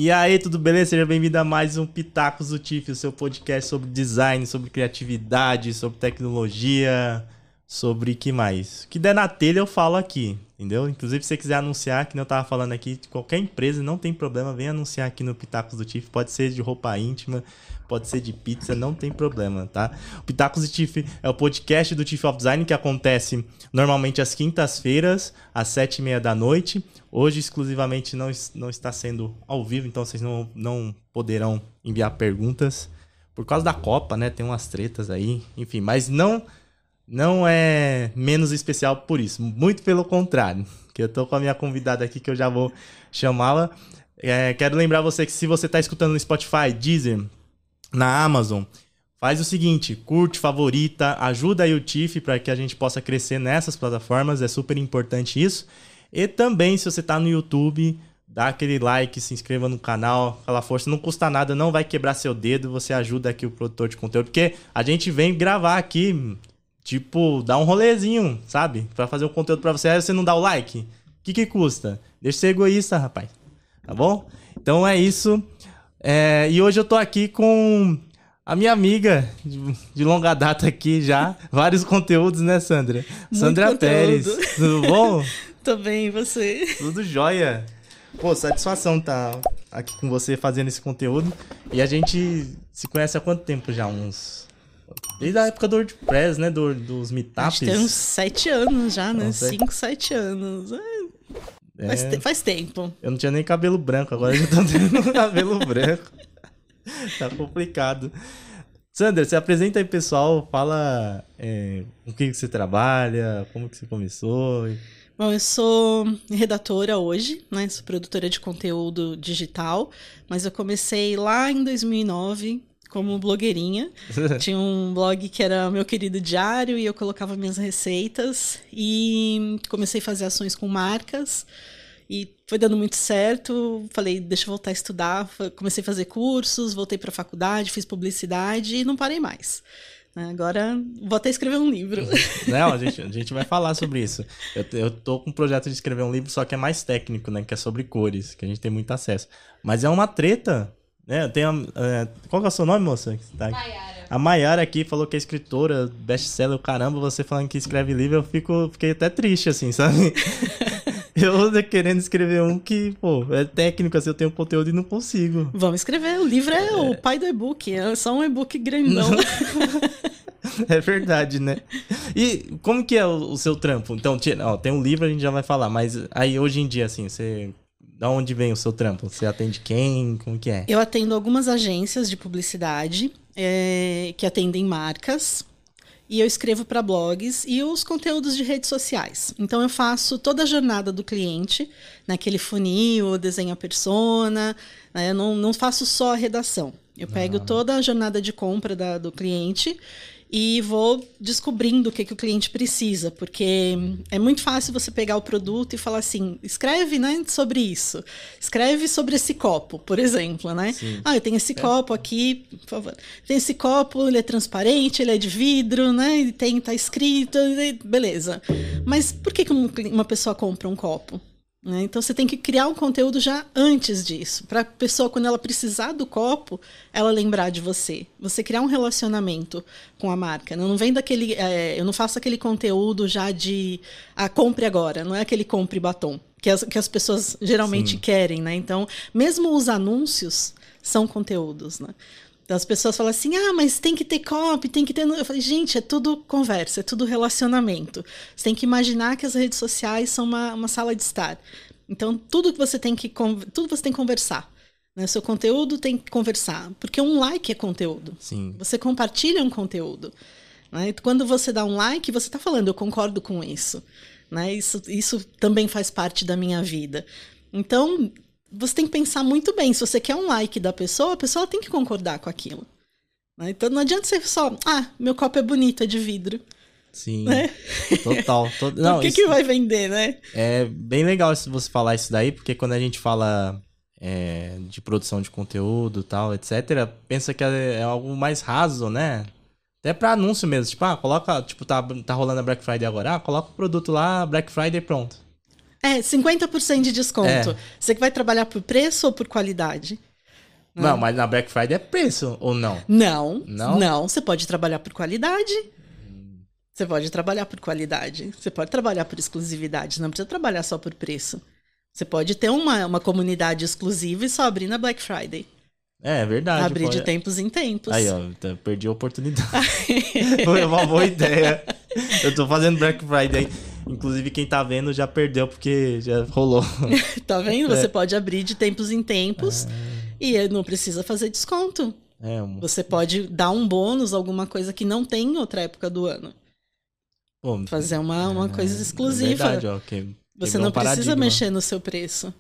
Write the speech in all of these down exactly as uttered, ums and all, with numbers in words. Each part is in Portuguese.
E aí, tudo beleza? Seja bem-vindo a mais um Pitacos do Tiff, o seu podcast sobre design, sobre criatividade, sobre tecnologia, sobre que mais? O que der na telha eu falo aqui, entendeu? Inclusive, se você quiser anunciar, que nem eu tava falando aqui, de qualquer empresa, não tem problema, vem anunciar aqui no Pitacos do Tiff, pode ser de roupa íntima, pode ser de pizza, não tem problema, tá? O Pitacos do Tiff é o podcast do Tiff of Design que acontece normalmente às quintas-feiras, às sete e meia da noite. Hoje, exclusivamente, não, não está sendo ao vivo, então vocês não, não poderão enviar perguntas. Por causa da Copa, né? Tem umas tretas aí, enfim. Mas não, não é menos especial por isso. Muito pelo contrário. Que eu tô com a minha convidada aqui, que eu já vou chamá-la. É, quero lembrar você que se você está escutando no Spotify, Deezer, na Amazon, faz o seguinte, curte, favorita, ajuda aí o Tiff para que a gente possa crescer nessas plataformas. É super importante isso. E também, se você tá no YouTube, dá aquele like, se inscreva no canal, aquela força, não custa nada, não vai quebrar seu dedo, você ajuda aqui o produtor de conteúdo, porque a gente vem gravar aqui, tipo, dar um rolezinho, sabe? Pra fazer o conteúdo pra você, aí você não dá o like, o que que custa? Deixa de ser egoísta, rapaz, tá bom? Então é isso, é, e hoje eu tô aqui com a minha amiga de, de longa data aqui já, vários conteúdos, né, Sandra? Muito Sandra conteúdo. Pérez, tudo bom? Tô bem, e você? Tudo jóia. Pô, satisfação estar aqui com você fazendo esse conteúdo. E a gente se conhece há quanto tempo já? Uns... Desde a época do WordPress, né? Do, dos meetups. Acho que tem uns sete anos já, né? Não sei. Cinco, sete anos. É, É, faz, te- faz tempo. eu não tinha nem cabelo branco, agora eu já tô tendo cabelo branco. Tá complicado. Sandra, se apresenta aí, pessoal. Fala é, com quem que você trabalha, como que você começou. Bom, eu sou redatora hoje, né? Sou produtora de conteúdo digital, mas eu comecei lá em dois mil e nove como blogueirinha. Tinha um blog que era Meu Querido Diário e eu colocava minhas receitas e comecei a fazer ações com marcas e foi dando muito certo. Falei, deixa eu voltar a estudar. Comecei a fazer cursos, voltei para a faculdade, fiz publicidade e não parei mais. Agora vou até escrever um livro. Não, a gente, a gente vai falar sobre isso. Eu, eu tô com um projeto de escrever um livro, só que é mais técnico, né? Que é sobre cores, que a gente tem muito acesso. Mas é uma treta, né? Tem a, é, qual que é o seu nome, moça? Tá... Maiara. A Maiara aqui falou que é escritora, best-seller, caramba, você falando que escreve livro, eu fico, fiquei até triste, assim, sabe? Eu querendo escrever um que, pô, é técnico, assim, eu tenho conteúdo e não consigo. Vamos escrever. O livro é, é o pai do e-book. É só um e-book grandão. É verdade, né? E como que é o, o seu trampo? Então, tinha- ó, tem um livro, a gente já vai falar, mas aí hoje em dia, assim, você... Da onde vem o seu trampo? Você atende quem? Como que é? Eu atendo algumas agências de publicidade é, que atendem marcas. E eu escrevo para blogs e os conteúdos de redes sociais. Então, eu faço toda a jornada do cliente, naquele funil, desenho a persona. Né? Eu não, não faço só a redação. Eu pego Ah. toda a jornada de compra da- do cliente e vou descobrindo o que, que o cliente precisa. Porque é muito fácil você pegar o produto e falar assim, escreve, né, sobre isso. Escreve sobre esse copo, por exemplo, né? Sim. Ah, eu tenho esse copo aqui, por favor. Tem esse copo, ele é transparente, ele é de vidro, né? Ele tem, tá escrito, ele- beleza. Mas por que que um cli- uma pessoa compra um copo? Né? Então você tem que criar um conteúdo já antes disso, para a pessoa, quando ela precisar do copo, ela lembrar de você. Você criar um relacionamento com a marca. Não vem daquele, é, eu não faço aquele conteúdo já de ah, compre agora, não é aquele compre batom que as, que as pessoas geralmente Sim. querem, né? Então, mesmo os anúncios são conteúdos, né? Então, as pessoas falam assim, ah, mas tem que ter copy, tem que ter... Eu falei, gente, é tudo conversa, é tudo relacionamento. Você tem que imaginar que as redes sociais são uma, uma sala de estar. Então, tudo que você tem que, con- tudo você tem que conversar. Né? Seu conteúdo tem que conversar. Porque um like é conteúdo. Sim. Você compartilha um conteúdo. Né? Quando você dá um like, você está falando, eu concordo com isso. Né? Isso, isso também faz parte da minha vida. Então... Você tem que pensar muito bem. Se você quer um like da pessoa, a pessoa tem que concordar com aquilo. Né? Então não adianta você só... Ah, meu copo é bonito, é de vidro. Sim, Né? total. To... Por Não, que, isso que vai vender, né? é bem legal se você falar isso daí, porque quando a gente fala é, de produção de conteúdo e tal, etcétera, pensa que é, é algo mais raso, né? Até pra anúncio mesmo. Tipo, ah, coloca... Tipo, tá, tá rolando a Black Friday agora. Ah, coloca o produto lá, Black Friday, pronto. É, cinquenta por cento de desconto. É. Você que vai trabalhar por preço ou por qualidade? Não, mas na Black Friday é preço, ou não? Não, Não? não. Você pode trabalhar por qualidade. Você pode trabalhar por qualidade. Você pode trabalhar por exclusividade. Você não precisa trabalhar só por preço. Você pode ter uma, uma comunidade exclusiva e só abrir na Black Friday. É, é verdade. Abrir pode... de tempos em tempos. Aí, ó, perdi a oportunidade. Foi uma boa ideia. Eu tô fazendo Black Friday. Inclusive, quem tá vendo já perdeu, porque já rolou. Tá vendo? É. Você pode abrir de tempos em tempos Ah. e não precisa fazer desconto. É, um... Você pode dar um bônus, alguma coisa que não tem em outra época do ano. Pô, Fazer uma, uma coisa exclusiva. É verdade, ó. Que, Você não precisa mexer no seu preço.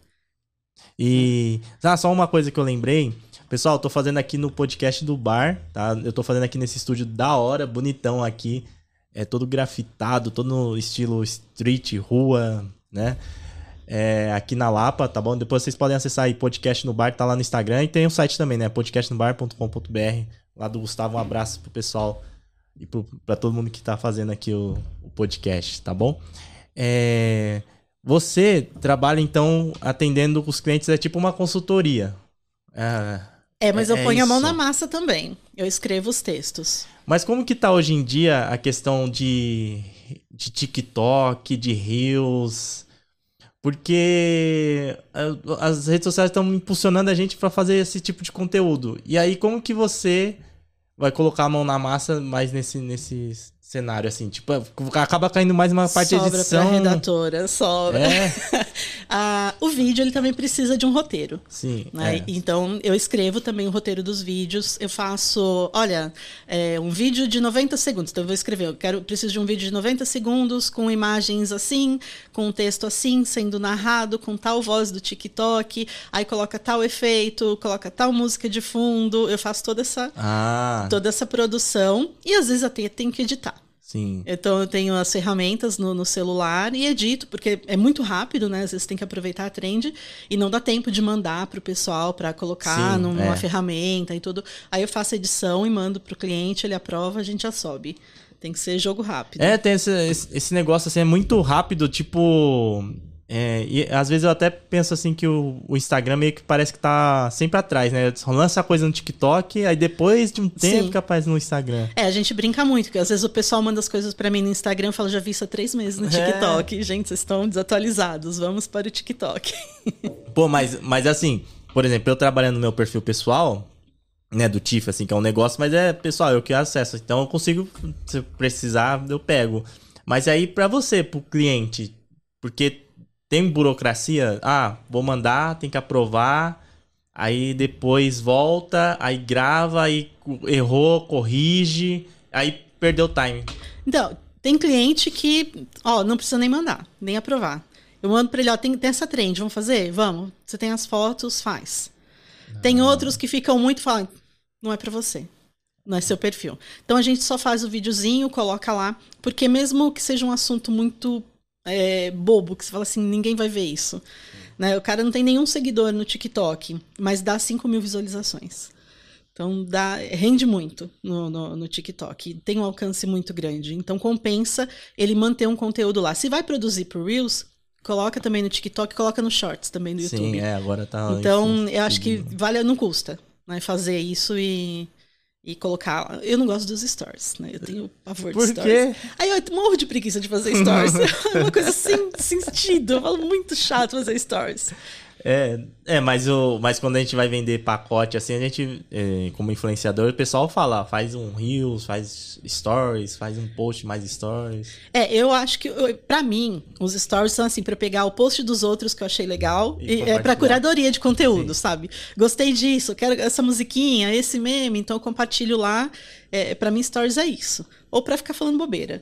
E ah, só uma coisa que eu lembrei. Pessoal, eu tô fazendo aqui no podcast do bar, tá? Eu tô fazendo aqui nesse estúdio da hora, bonitão aqui. É todo grafitado, todo no estilo street, rua, né? É, aqui na Lapa, tá bom? Depois vocês podem acessar aí, podcast no bar, tá lá no Instagram. E tem o site também, né? podcast no bar ponto com ponto b r. Lá do Gustavo, um abraço pro pessoal e pro, pra todo mundo que tá fazendo aqui o, o podcast, tá bom? É, você trabalha, então, atendendo os clientes, é tipo uma consultoria. É, É, mas é, eu ponho é a mão isso. na massa também. Eu escrevo os textos. Mas como que tá hoje em dia a questão de, de TikTok, de Reels? Porque as redes sociais estão impulsionando a gente para fazer esse tipo de conteúdo. E aí, como que você vai colocar a mão na massa mais nesse, nesse cenário, assim? Tipo, acaba caindo mais uma parte Sobra de edição. pra redatora, sobra. É? Ah, o vídeo, ele também precisa de um roteiro. Sim. Né? É. Então, eu escrevo também o roteiro dos vídeos. Eu faço, olha, é, um vídeo de noventa segundos. Então, eu vou escrever, eu quero, preciso de um vídeo de noventa segundos, com imagens assim, com um texto assim, sendo narrado, com tal voz do TikTok. Aí coloca tal efeito, coloca tal música de fundo. Eu faço toda essa, Ah, toda essa produção. E às vezes até tenho que editar. sim. Então eu tenho as ferramentas no, no celular e edito, porque é muito rápido, né? Às vezes tem que aproveitar a trend e não dá tempo de mandar pro pessoal para colocar Sim, numa é. ferramenta e tudo. Aí eu faço a edição e mando pro cliente, ele aprova, a gente já sobe. Tem que ser jogo rápido. É, tem esse, esse, esse negócio assim, é muito rápido, tipo... É, e às vezes eu até penso assim que o, o Instagram meio que parece que tá sempre atrás, né? Lança coisa no TikTok, aí depois de um tempo Sim. que aparece no Instagram. É, a gente brinca muito, porque às vezes o pessoal manda as coisas pra mim no Instagram, eu falo, já vi isso há três meses no É. TikTok. Gente, vocês estão desatualizados, vamos para o TikTok. Pô, mas, mas assim, por exemplo, eu trabalhando no meu perfil pessoal, né, do T I F, assim, que é um negócio, mas é pessoal, eu que acesso, então eu consigo, se precisar, eu pego. Mas aí pra você, pro cliente, porque tem burocracia, ah, vou mandar, tem que aprovar, aí depois volta, aí grava, aí errou, corrige, aí perdeu o time. Então, tem cliente que, ó, não precisa nem mandar, nem aprovar. Eu mando pra ele, ó, tem, tem essa trend, vamos fazer? Vamos. Você tem as fotos, faz. Tem outros que ficam muito falando, não é pra você. Não é seu perfil. Então a gente só faz o videozinho, coloca lá, porque mesmo que seja um assunto muito é, bobo, que você fala assim, ninguém vai ver isso. Né? O cara não tem nenhum seguidor no TikTok, mas dá cinco mil visualizações. Então dá, rende muito no, no, no TikTok. Tem um alcance muito grande. Então compensa ele manter um conteúdo lá. Se vai produzir pro Reels, coloca também no TikTok, coloca no Shorts também no YouTube. Sim, é, agora tá... Então eu acho que vale, não custa, né, fazer isso e... E colocar... Eu não gosto dos stories, né? Eu tenho pavor de Por stories. quê? Aí eu morro de preguiça de fazer stories. É uma coisa sem sentido. Eu falo muito chato fazer stories. É, é mas, o, mas quando a gente vai vender pacote, assim, a gente, é, como influenciador, o pessoal fala, faz um Reels, faz stories, faz um post mais stories. É, eu acho que, eu- pra mim, os stories são assim, pra pegar o post dos outros que eu achei legal, E e, é compartilhar. pra curadoria de conteúdo, Sim. sabe? Gostei disso, quero essa musiquinha, esse meme, então eu compartilho lá. É, pra mim, stories é isso. Ou pra ficar falando bobeira.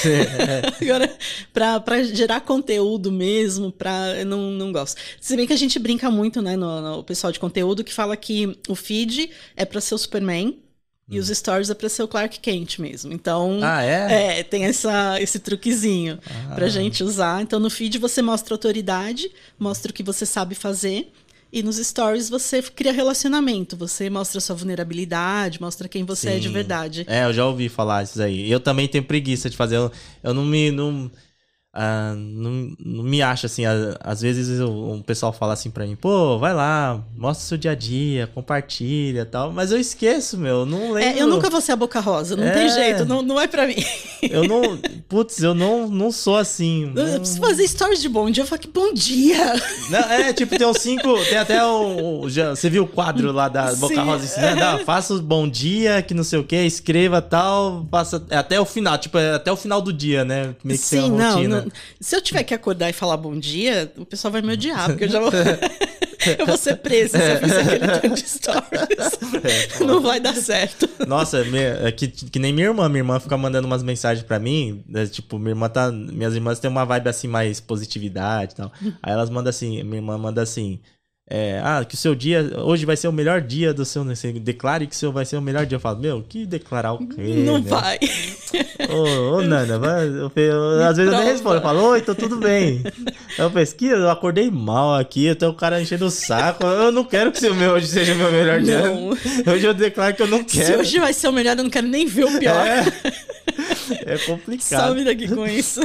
Agora, pra, pra gerar conteúdo mesmo, pra, eu não, não gosto. Se bem que a gente brinca muito, né, no, no pessoal de conteúdo, que fala que o feed é pra ser o Superman e os stories é pra ser o Clark Kent mesmo. Então, Ah, é? é, tem essa, esse truquezinho Ah. pra gente usar. Então, no feed você mostra autoridade, mostra o que você sabe fazer. E nos stories você cria relacionamento. Você mostra sua vulnerabilidade, mostra quem você é de Sim. verdade. É, eu já ouvi falar isso aí. Eu também tenho preguiça de fazer. Eu, eu não me. Não... ah, não, não me acho assim. a- Às vezes o, o pessoal fala assim pra mim, pô, vai lá, mostra o seu dia a dia, compartilha e tal. Mas eu esqueço, meu, não lembro. É, eu nunca vou ser a Boca Rosa, não É. tem jeito, não, não é pra mim. Eu não. Putz, eu não, não sou assim. Eu Não, preciso fazer stories de bom dia, eu falo que bom dia. não, é, tipo, tem uns cinco. Tem até o. o- já, você viu o quadro lá da Boca Sim. Rosa ensinando? Ah, faça o bom dia, que não sei o que, escreva tal, faça. É até o final, tipo, é até o final do dia, né? Meio que tem Sim, uma não, rotina. não. Se eu tiver que acordar e falar bom dia, o pessoal vai me odiar, porque eu já vou. Eu vou ser presa se eu fizer aquele tanto de stories. É, Não vai dar certo. Nossa, me- é que, que nem minha irmã. Minha irmã fica mandando umas mensagens pra mim. né, Tipo, minha irmã tá. Minhas irmãs têm uma vibe assim, mais positividade e tal. Aí elas mandam assim, minha irmã manda assim. É, ah, que o seu dia. Hoje vai ser o melhor dia do seu. Você declare que o seu vai ser o melhor dia. Eu falo, meu, que declarar o quê? Não né? vai. Ô, ô, Nana, vai, eu, eu- às vezes eu nem prova. respondo. Eu falo, oi, tô tudo bem. Eu pesquiso, eu acordei mal aqui, eu tenho o cara enchendo o saco. Eu não quero que o meu hoje seja o meu melhor dia. Não. Hoje eu declaro que eu não Se quero. hoje vai ser o melhor, eu não quero nem ver o pior. É, é complicado. Some daqui com isso.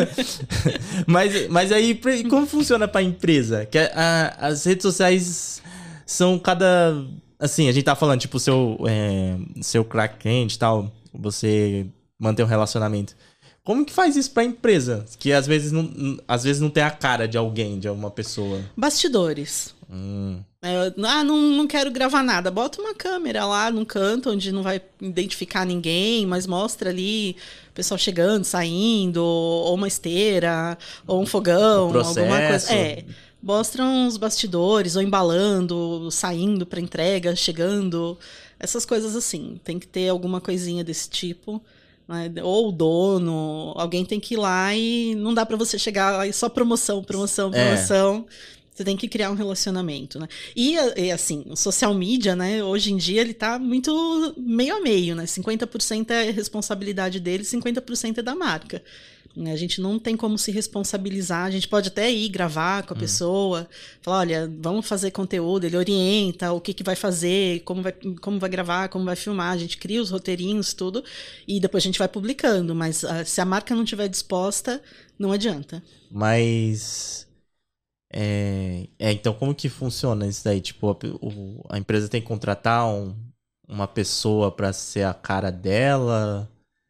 mas, mas aí, pra- como funciona pra empresa? Que a- a- as redes sociais são cada... Assim, a gente tá falando, tipo, seu, é, seu crack-end e tal, você manter um relacionamento. Como que faz isso pra empresa? Que às vezes não, às vezes não tem a cara de alguém, de alguma pessoa. Bastidores. Hum. É, ah, não, não quero gravar nada. Bota uma câmera lá num canto onde não vai identificar ninguém, mas mostra ali o pessoal chegando, saindo, ou uma esteira, ou um fogão, O processo. alguma coisa. É. Mostram os bastidores, ou embalando, saindo para entrega, chegando. Essas coisas assim. Tem que ter alguma coisinha desse tipo. Né? Ou o dono, alguém tem que ir lá e não dá para você chegar lá e só promoção, promoção, É. promoção. Você tem que criar um relacionamento, né? E, e, assim, o social media, né? Hoje em dia ele tá muito meio a meio, né? cinquenta por cento é responsabilidade dele, cinquenta por cento é da marca. Né? A gente não tem como se responsabilizar. A gente pode até ir gravar com a Hum. pessoa, falar, olha, vamos fazer conteúdo, ele orienta o que, que vai fazer, como vai, como vai gravar, como vai filmar. A gente cria os roteirinhos, tudo, e depois a gente vai publicando. Mas ah, se a marca não estiver disposta, não adianta. Mas... É, é, então como que funciona isso daí? Tipo, a, o- a empresa tem que contratar um- uma pessoa pra ser a cara dela?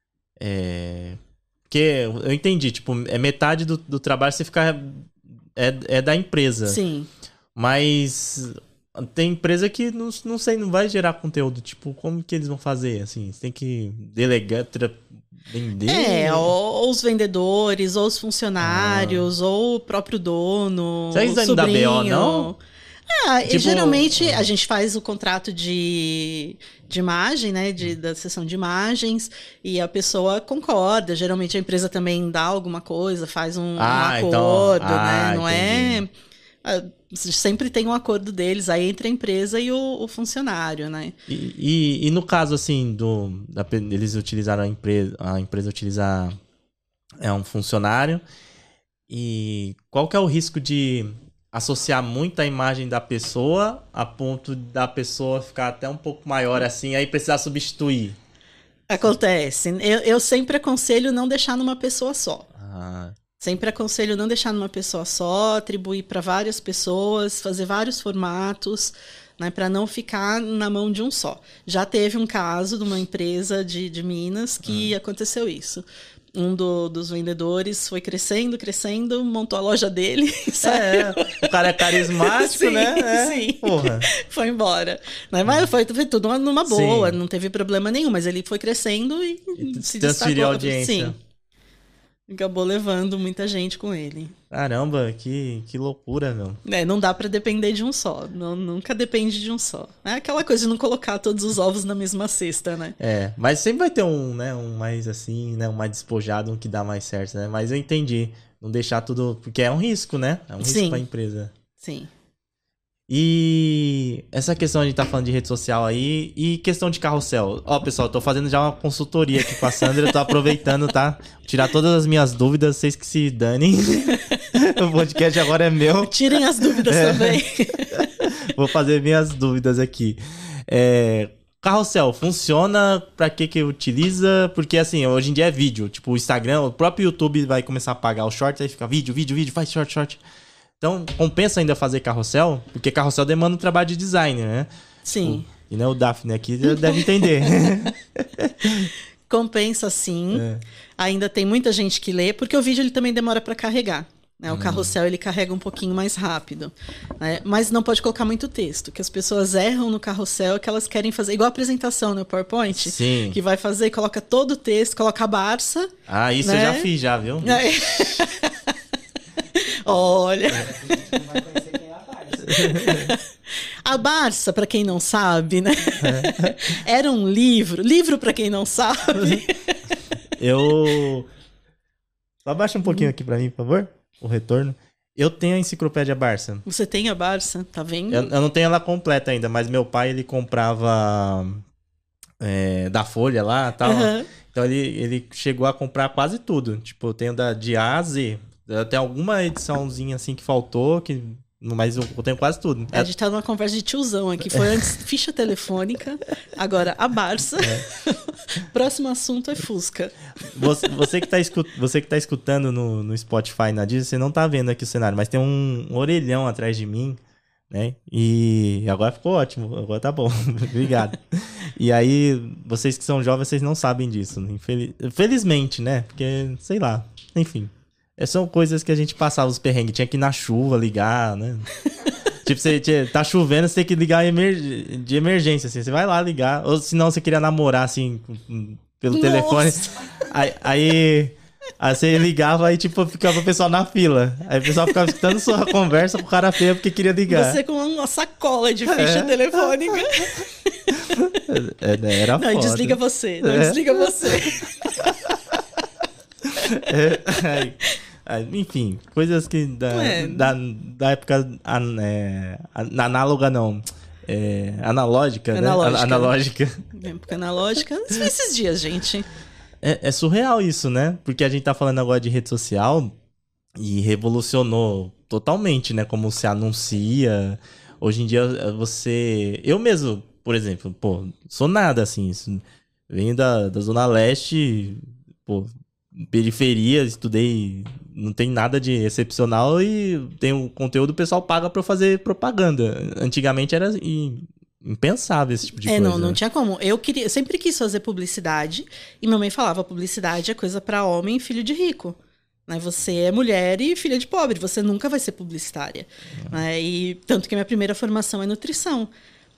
É, porque eu entendi, tipo, é metade do, do trabalho você ficar... É, é da empresa. Sim. Mas tem empresa que não, não sei, não vai gerar conteúdo. Tipo, como que eles vão fazer? Assim, você tem que delegar, tra- vender? É, ou, ou os vendedores, ou os funcionários, ou o próprio dono. Será que isso o aí não dá sobrinho. B O, não? Ah, e Tipo- geralmente a gente faz o contrato de, de imagem, né? De, da sessão de imagens, e a pessoa concorda. Geralmente a empresa também dá alguma coisa, faz um, Ah, um então- acordo, ah, né? Não entendi. é. ah, Sempre tem um acordo deles aí entre a empresa e o, o funcionário, né? E, e, e no caso, assim, do, da, eles utilizaram a empresa, a empresa utilizar é, um funcionário, e qual que é o risco de associar muito a imagem da pessoa a ponto da pessoa ficar até um pouco maior assim, aí precisar substituir? Acontece. Eu, eu sempre aconselho não deixar numa pessoa só. Ah, Sempre aconselho não deixar numa pessoa só, atribuir para várias pessoas, fazer vários formatos, né, para não ficar na mão de um só. Já teve um caso de uma empresa de, de Minas que Ah. aconteceu isso. Um do- dos vendedores foi crescendo, crescendo, montou a loja dele e saiu. é, o cara é carismático, Sim, né? É, sim. Porra. Foi embora. Né? Mas foi, foi tudo numa boa, Sim. não teve problema nenhum, mas ele foi crescendo e, E se transferiu destacou. a audiência. Sim. Acabou levando muita gente com ele. Caramba, que, que loucura, meu. É, não dá pra depender de um só. Não, nunca depende de um só. É aquela coisa de não colocar todos os ovos na mesma cesta, né? É, mas sempre vai ter um, né, um mais assim, né, um mais despojado, um que dá mais certo, né? Mas eu entendi, não deixar tudo, porque é um risco, né? É um risco Sim. pra empresa. Sim. E essa questão, a gente tá falando de rede social aí, e questão de carrossel. Ó, pessoal, eu tô fazendo já uma consultoria aqui com a Sandra, eu tô aproveitando, tá? Tirar todas as minhas dúvidas, vocês que se danem. O podcast agora é meu. Tirem as dúvidas É. também. Vou fazer minhas dúvidas aqui. É, carrossel, funciona? Pra que que utiliza? Porque assim, hoje em dia é vídeo. Tipo, o Instagram, o próprio YouTube vai começar a pagar os shorts, aí fica vídeo, vídeo, vídeo, faz short, short. Então, compensa ainda fazer carrossel? Porque carrossel demanda um trabalho de design, né? Sim. Tipo, e né, o Daphne aqui já deve entender. Compensa sim. É. Ainda tem muita gente que lê, porque o vídeo ele também demora para carregar. Né? O hum. carrossel ele carrega um pouquinho mais rápido. Né? Mas não pode colocar muito texto. Que as pessoas erram no carrossel que elas querem fazer. Igual a apresentação no PowerPoint. Sim. Que vai fazer, coloca todo o texto, coloca a Barça. Ah, isso né? eu já fiz, já, viu? É. Olha. Não vai conhecer quem é a Barça. A Barça, para quem não sabe, né? É. Era um livro. Livro para quem não sabe. Eu... Só abaixa um pouquinho aqui para mim, por favor. O retorno. Eu tenho a enciclopédia Barça. Você tem a Barça, tá vendo? Eu, eu não tenho ela completa ainda, mas meu pai, ele comprava é, da Folha lá e tal. Uhum. Então ele, ele chegou a comprar quase tudo. Tipo, eu tenho da, de A a Z. Tem alguma ediçãozinha assim que faltou, que, mas eu, eu tenho quase tudo. É, a gente tá numa conversa de tiozão aqui. Foi antes ficha telefônica, agora a Barça. É. Próximo assunto é Fusca. Você, você, que, tá escut, você que tá escutando no, no Spotify, na Disney, você não tá vendo aqui o cenário, mas tem um, um orelhão atrás de mim, né? E agora ficou ótimo, agora tá bom. Obrigado. E aí, vocês que são jovens, vocês não sabem disso. Infeliz, felizmente, né? Porque, sei lá, enfim. São coisas que a gente passava os perrengues. Tinha que ir na chuva ligar, né? Tipo, você tinha, tá chovendo, você tem que ligar emer, de emergência, assim. Você vai lá ligar. Ou se não, você queria namorar, assim, pelo Nossa. telefone. Aí, aí, aí você ligava e, tipo, ficava o pessoal na fila. Aí o pessoal ficava escutando sua conversa com o cara feio porque queria ligar. Você com uma sacola de ficha é. telefônica. É, era não, foda. Desliga você. Não, é. desliga você. É, aí, enfim, coisas que da, é. da, da época an, é, análoga não, é, analógica, analógica, né? Analógica. Época analógica, esses dias, gente. É, é surreal isso, né? Porque a gente tá falando agora de rede social e revolucionou totalmente, né? Como se anuncia. Hoje em dia você... Eu mesmo, por exemplo, pô, sou nada assim. Venho da, da Zona Leste, pô... periferia, estudei, não tem nada de excepcional e tem o conteúdo, o pessoal paga pra eu fazer propaganda. Antigamente era impensável esse tipo de é, coisa. É, não, não tinha como. Eu queria, eu sempre quis fazer publicidade e minha mãe falava, publicidade é coisa pra homem e filho de rico. Né? Você é mulher e filha de pobre, você nunca vai ser publicitária. É. Né? E tanto que a minha primeira formação é nutrição.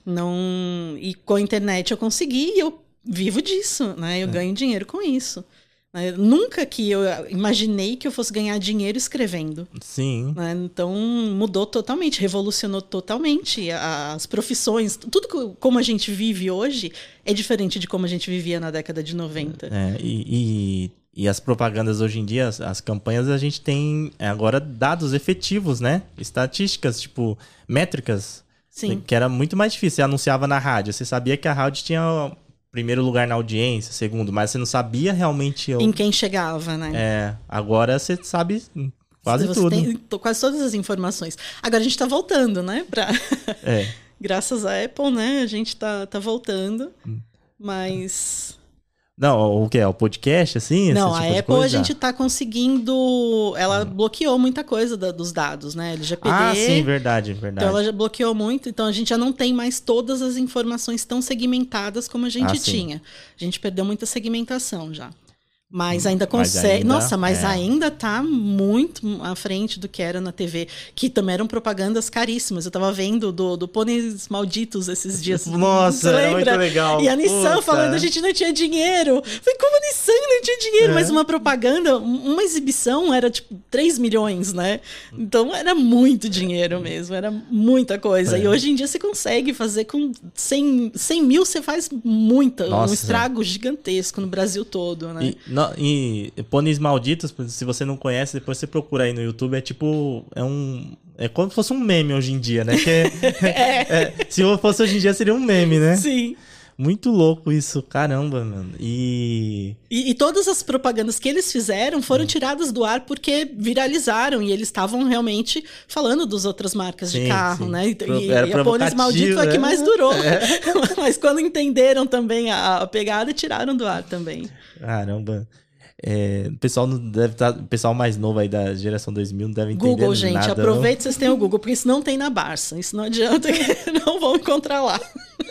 Não, e com a internet eu consegui e eu vivo disso, né? Eu é. ganho dinheiro com isso. Nunca que eu imaginei que eu fosse ganhar dinheiro escrevendo. Sim. Né? Então mudou totalmente, revolucionou totalmente as profissões. Tudo que, como a gente vive hoje é diferente de como a gente vivia na década de noventa. É, e, e, e as propagandas hoje em dia, as, as campanhas, a gente tem agora dados efetivos, né? Estatísticas, tipo, métricas. Sim. Que era muito mais difícil. Você anunciava na rádio. Você sabia que a rádio tinha... primeiro lugar na audiência, segundo, mas você não sabia realmente... Eu... Em quem chegava, né? É, agora você sabe quase você tudo. Tem quase todas as informações. Agora a gente tá voltando, né? Pra... É. Graças à Apple, né? A gente tá, tá voltando, hum. mas... Não, o que é? O podcast, assim? Não, tipo a Apple a gente tá conseguindo... Ela hum. bloqueou muita coisa da, dos dados, né? L G P D. Ah, sim, verdade, verdade. Então ela já bloqueou muito, então a gente já não tem mais todas as informações tão segmentadas como a gente ah, tinha. A gente perdeu muita segmentação já. Mas ainda consegue... Mas ainda, Nossa, mas é. ainda tá muito à frente do que era na T V. Que também eram propagandas caríssimas. Eu tava vendo do, do Pôneis Malditos esses dias. Nossa, era muito legal. E a Nissan Puta. falando, a gente não tinha dinheiro. Falei, como a Nissan não tinha dinheiro? É. Mas uma propaganda, uma exibição era tipo três milhões, né? Então era muito dinheiro mesmo. Era muita coisa. É. E hoje em dia você consegue fazer com cem, cem mil, você faz muita. Nossa. Um estrago gigantesco no Brasil todo, né? E... Não, e Pôneis Malditos, se você não conhece, depois você procura aí no YouTube, é tipo, é um, é como se fosse um meme hoje em dia, né? Que é, é. É, se fosse hoje em dia seria um meme, né? Sim. Muito louco isso, caramba, mano. E... e... E todas as propagandas que eles fizeram foram tiradas do ar porque viralizaram e eles estavam realmente falando das outras marcas sim, de carro, sim. né? E, Era e a Pôneis Maldito foi a que mais durou. É. Mas quando entenderam também a, a pegada, tiraram do ar também. Caramba. É, o pessoal não deve estar, o pessoal mais novo aí da geração dois mil não deve entender Google, gente, nada. aproveita que vocês têm o Google, porque isso não tem na Barça. Isso não adianta que não vão encontrar lá.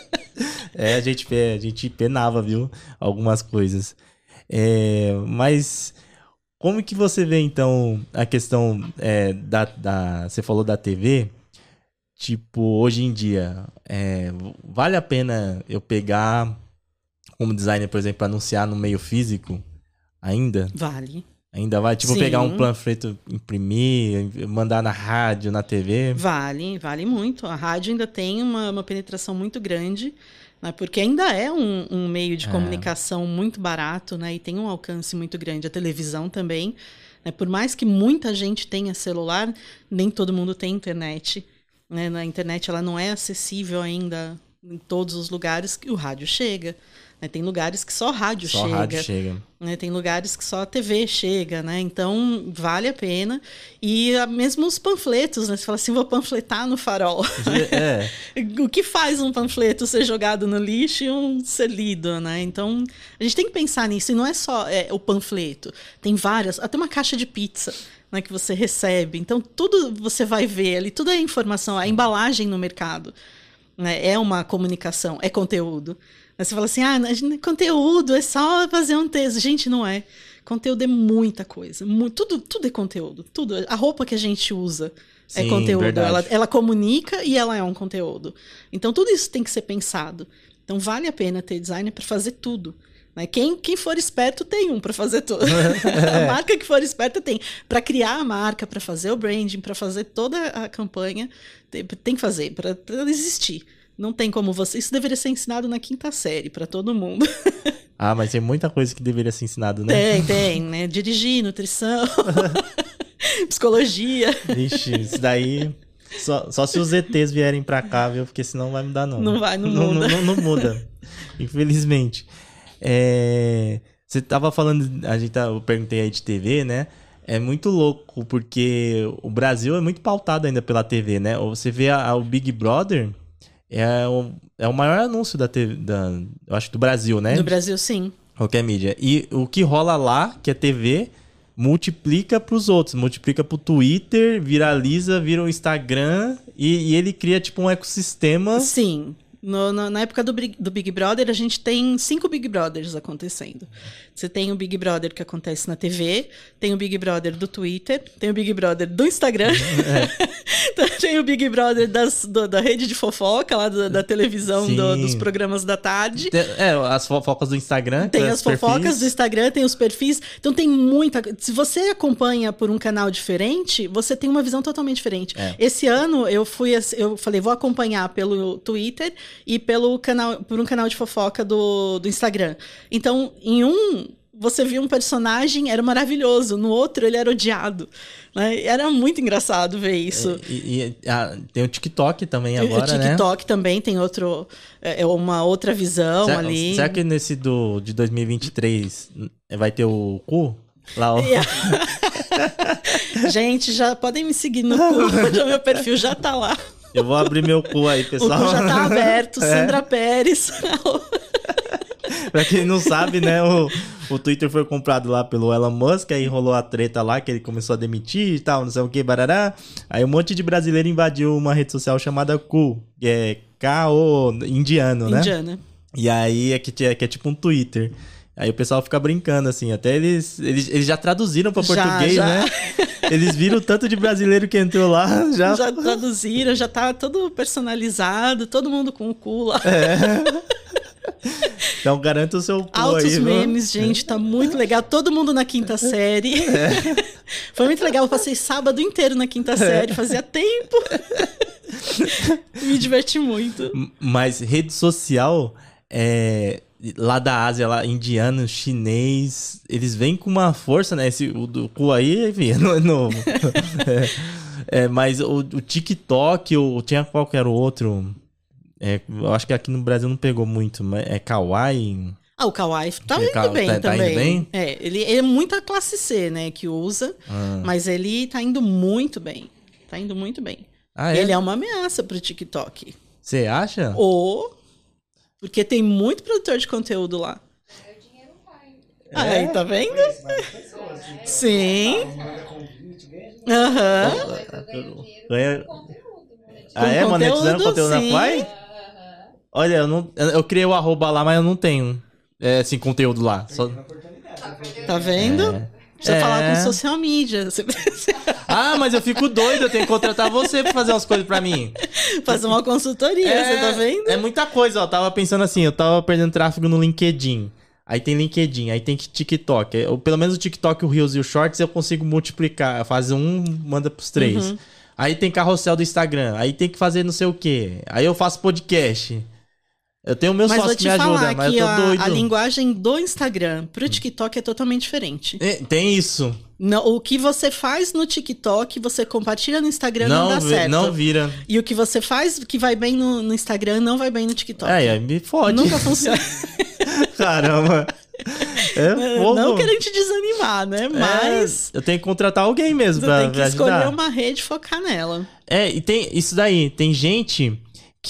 É, a gente, a gente penava, viu? Algumas coisas. É, mas como que você vê, então, a questão é, da, da... Você falou da T V. Tipo, hoje em dia, é, vale a pena eu pegar como designer, por exemplo, anunciar no meio físico? Ainda? Vale. Ainda vai? Tipo, Sim. pegar um panfleto, imprimir, mandar na rádio, na T V? Vale, vale muito. A rádio ainda tem uma, uma penetração muito grande, né, porque ainda é um, um meio de é. comunicação muito barato, né, e tem um alcance muito grande. A televisão também. Né, por mais que muita gente tenha celular, nem todo mundo tem internet. Né, na internet ela não é acessível ainda em todos os lugares que o rádio chega. Né, tem lugares que só rádio só chega. Rádio chega. Né, tem lugares que só a T V chega, né? Então vale a pena. E a, mesmo os panfletos, né? Você fala assim, vou panfletar no farol. É. O que faz um panfleto ser jogado no lixo e um ser lido, né? Então a gente tem que pensar nisso. E não é só é, o panfleto. Tem várias, até uma caixa de pizza, né, que você recebe. Então tudo você vai ver ali, tudo é informação, a embalagem no mercado, né, é uma comunicação, é conteúdo. Aí você fala assim, ah, conteúdo é só fazer um texto. Gente, não é. Conteúdo é muita coisa. Tudo, tudo é conteúdo. Tudo. A roupa que a gente usa Sim, é conteúdo. Ela, ela comunica e ela é um conteúdo. Então, tudo isso tem que ser pensado. Então, vale a pena ter designer para fazer tudo. Né? Quem, quem for esperto tem um para fazer tudo. A marca que for esperta tem. Para criar a marca, para fazer o branding, para fazer toda a campanha, tem, tem que fazer, para existir. Não tem como você... Isso deveria ser ensinado na quinta série, para todo mundo. Ah, mas tem muita coisa que deveria ser ensinado, né? Tem, tem, né? Dirigir, nutrição, psicologia. Vixe, isso daí... Só, só se os E Tês vierem pra cá, viu? Porque senão não vai mudar, não. Não vai, não muda. Não, não, não muda, infelizmente. É, você tava falando... A gente tá, eu perguntei aí de T V, né? É muito louco, porque o Brasil é muito pautado ainda pela T V, né? Você vê a, a, o Big Brother... É o, é o maior anúncio da T V, da, eu acho, do Brasil, né? Do Brasil, sim. Qualquer mídia. E o que rola lá, que é T V, multiplica pros outros. Multiplica pro Twitter, viraliza, vira um Instagram e, e ele cria, tipo, um ecossistema. Sim. No, no, na época do, do Big Brother, a gente tem cinco Big Brothers acontecendo. Você tem o Big Brother que acontece na T V, tem o Big Brother do Twitter, tem o Big Brother do Instagram, é. Tem o Big Brother das, do, da rede de fofoca, lá do, da televisão, do, dos programas da tarde. Tem, é, as fofocas do Instagram. Tem as fofocas perfis. do Instagram, tem os perfis. Então tem muita... Se você acompanha por um canal diferente, você tem uma visão totalmente diferente. É. Esse ano, eu fui... Eu falei, vou acompanhar pelo Twitter e pelo canal, por um canal de fofoca do, do Instagram. Então, em um, você viu um personagem, era maravilhoso. No outro, ele era odiado. Né? Era muito engraçado ver isso. E, e, e a, tem o TikTok também agora, né? O TikTok, né? Também tem outro, é uma outra visão será, ali. Será que nesse do, de dois mil e vinte e três vai ter o cu? Lá, ó. Gente, já podem me seguir no cu. O meu perfil já tá lá. Eu vou abrir meu cu aí, pessoal. O cu já tá aberto, é. Sandra Pérez. Pra quem não sabe, né, o, o Twitter foi comprado lá pelo Elon Musk, aí rolou a treta lá, que ele começou a demitir e tal, não sei o que, barará. Aí um monte de brasileiro invadiu uma rede social chamada Ku, que é K O indiano, né? Indiana. E aí é que, é, que é tipo um Twitter. Aí o pessoal fica brincando, assim, até eles, eles, eles já traduziram pra português, já, já. né? Eles viram o tanto de brasileiro que entrou lá, já... Já traduziram, já tá todo personalizado, todo mundo com o cu lá. É. Então garanta o seu cu Altos aí. Altos memes, viu? Gente, tá muito legal. Todo mundo na quinta série. É. Foi muito legal, eu passei sábado inteiro na quinta série, fazia tempo. Me diverti muito. Mas rede social... É, lá da Ásia, lá, indiano, chinês, eles vêm com uma força, né? Esse, o do cu aí, enfim, não é novo. é, é, mas o, o TikTok, o, tinha qual que era o outro? É, eu acho que aqui no Brasil não pegou muito, mas é Kawaii. Ah, o Kawaii tá É, indo Ka- bem tá- tá também. indo bem? É, ele, ele é muita classe C, né, que usa, Ah, mas ele tá indo muito bem. Tá indo muito bem. ah é? Ele é uma ameaça pro TikTok. Você acha? Ou porque tem muito produtor de conteúdo lá. O dinheiro vai. Aí, tá vendo? Conheço várias pessoas. né? Sim. Manda convite, ganha dinheiro. Aham. Mas eu ganho dinheiro Ganha- com conteúdo. Né? Ah, é? Com Monetizando conteúdo, conteúdo na sim. Kawaii? Aham. Olha, eu, não, eu eu criei o arroba lá, mas eu não tenho é, assim, conteúdo lá. Só... Perdendo a oportunidade. Tá perdendo Tá vendo? É. Precisa É. falar com social media. Você precisa Ah, mas eu fico doido, eu tenho que contratar você pra fazer umas coisas pra mim. fazer uma consultoria, você tá vendo? É muita coisa, ó. Tava pensando assim, eu tava perdendo tráfego no LinkedIn. Aí tem LinkedIn, aí tem TikTok. Eu, pelo menos o TikTok, o Reels e o Shorts eu consigo multiplicar. Fazer um, manda pros três. Uhum. Aí tem carrossel do Instagram. Aí tem que fazer não sei o quê. Aí eu faço podcast. Eu tenho o meu Mas vou sócio te que me falar ajuda, mas que eu tô a, doido. a linguagem do Instagram pro TikTok é totalmente diferente. É, tem isso. Não, o que você faz no TikTok, você compartilha no Instagram, não, Não, dá vi- certo. não vira. E o que você faz que vai bem no, no Instagram, não vai bem no TikTok. É, aí me fode. Nunca funciona. Caramba. É fogo. Não querendo te desanimar, né? Mas É, eu tenho que contratar alguém mesmo você pra tem que me escolher ajudar. uma rede e focar nela. É, e tem isso daí. Tem gente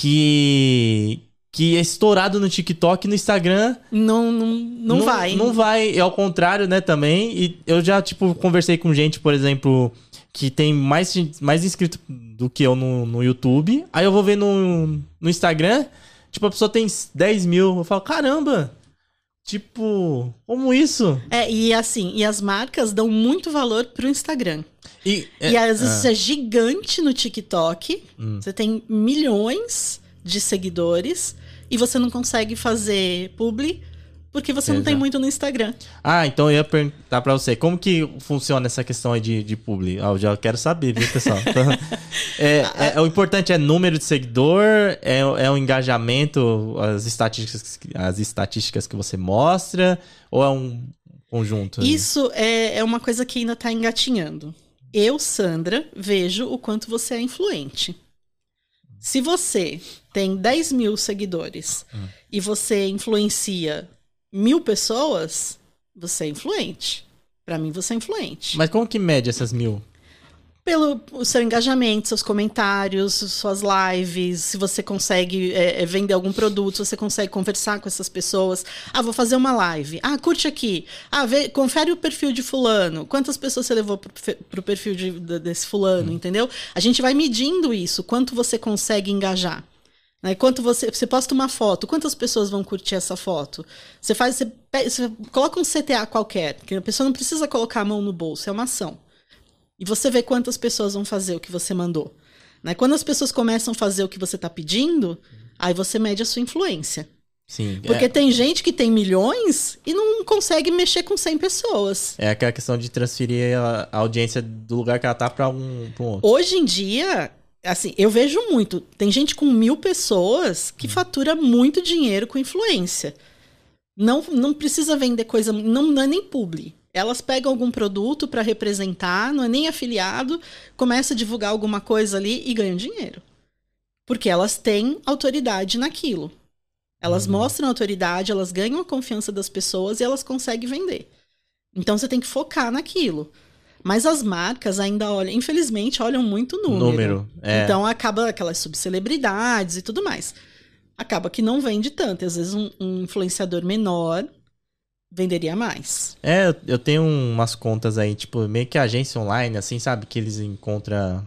que que é estourado no TikTok e no Instagram. Não, não, não, vai. Não vai. É ao contrário, né, também. E eu já, tipo, conversei com gente, por exemplo, que tem mais, mais inscrito do que eu no, no YouTube. Aí eu vou ver no, no Instagram, tipo, a pessoa tem dez mil. Eu falo, caramba! Tipo, como isso? É, e assim, e as marcas dão muito valor pro Instagram. E, E às vezes ah, você é gigante no TikTok, Hum. você tem milhões de seguidores e você não consegue fazer publi porque você não tem Exato. muito no Instagram. Ah, então eu ia perguntar pra você, como que funciona essa questão aí de, de publi? Ah, eu já quero saber, viu, pessoal? Então, é, é- é- o importante é número de seguidor, é, é o engajamento, as estatísticas, as estatísticas que você mostra, ou é um conjunto? aí? Isso é, é uma coisa que ainda tá engatinhando. Eu, Sandra, vejo o quanto você é influente. Se você tem dez mil seguidores Hum. e você influencia mil pessoas, você é influente. Pra mim, você é influente. Mas como que mede essas mil? Pelo o seu engajamento, seus comentários, suas lives, se você consegue é, é, vender algum produto, se você consegue conversar com essas pessoas. Ah, vou fazer uma live. Ah, curte aqui. Ah, vê, confere o perfil de fulano. Quantas pessoas você levou pro, fe- pro perfil de- de- desse fulano, entendeu? A gente vai medindo isso, quanto você consegue engajar. Né? Quanto você, você posta uma foto, quantas pessoas vão curtir essa foto? Você faz, você, pe- você coloca um C T A qualquer, que a pessoa não precisa colocar a mão no bolso, é uma ação. E você vê quantas pessoas vão fazer o que você mandou. Né? Quando as pessoas começam a fazer o que você está pedindo, aí você mede a sua influência. Sim. Porque é, tem gente que tem milhões e não consegue mexer com cem pessoas. é aquela questão de transferir a, a audiência do lugar que ela tá pra um, pra um outro. Hoje em dia, assim, eu vejo muito. Tem gente com mil pessoas que fatura muito dinheiro com influência. Não, não precisa vender coisa, não, não é nem publi. Elas pegam algum produto para representar, não é nem afiliado, começa a divulgar alguma coisa ali e ganham dinheiro. Porque elas têm autoridade naquilo. Elas Uhum. mostram autoridade, elas ganham a confiança das pessoas e elas conseguem vender. Então você tem que focar naquilo. Mas as marcas ainda olham, infelizmente, olham muito número. Número, é. Então acaba aquelas subcelebridades e tudo mais. Acaba que não vende tanto. Às vezes um, um influenciador menor venderia mais. É, eu- eu tenho umas contas aí, tipo, meio que agência online, assim, sabe? Que eles encontram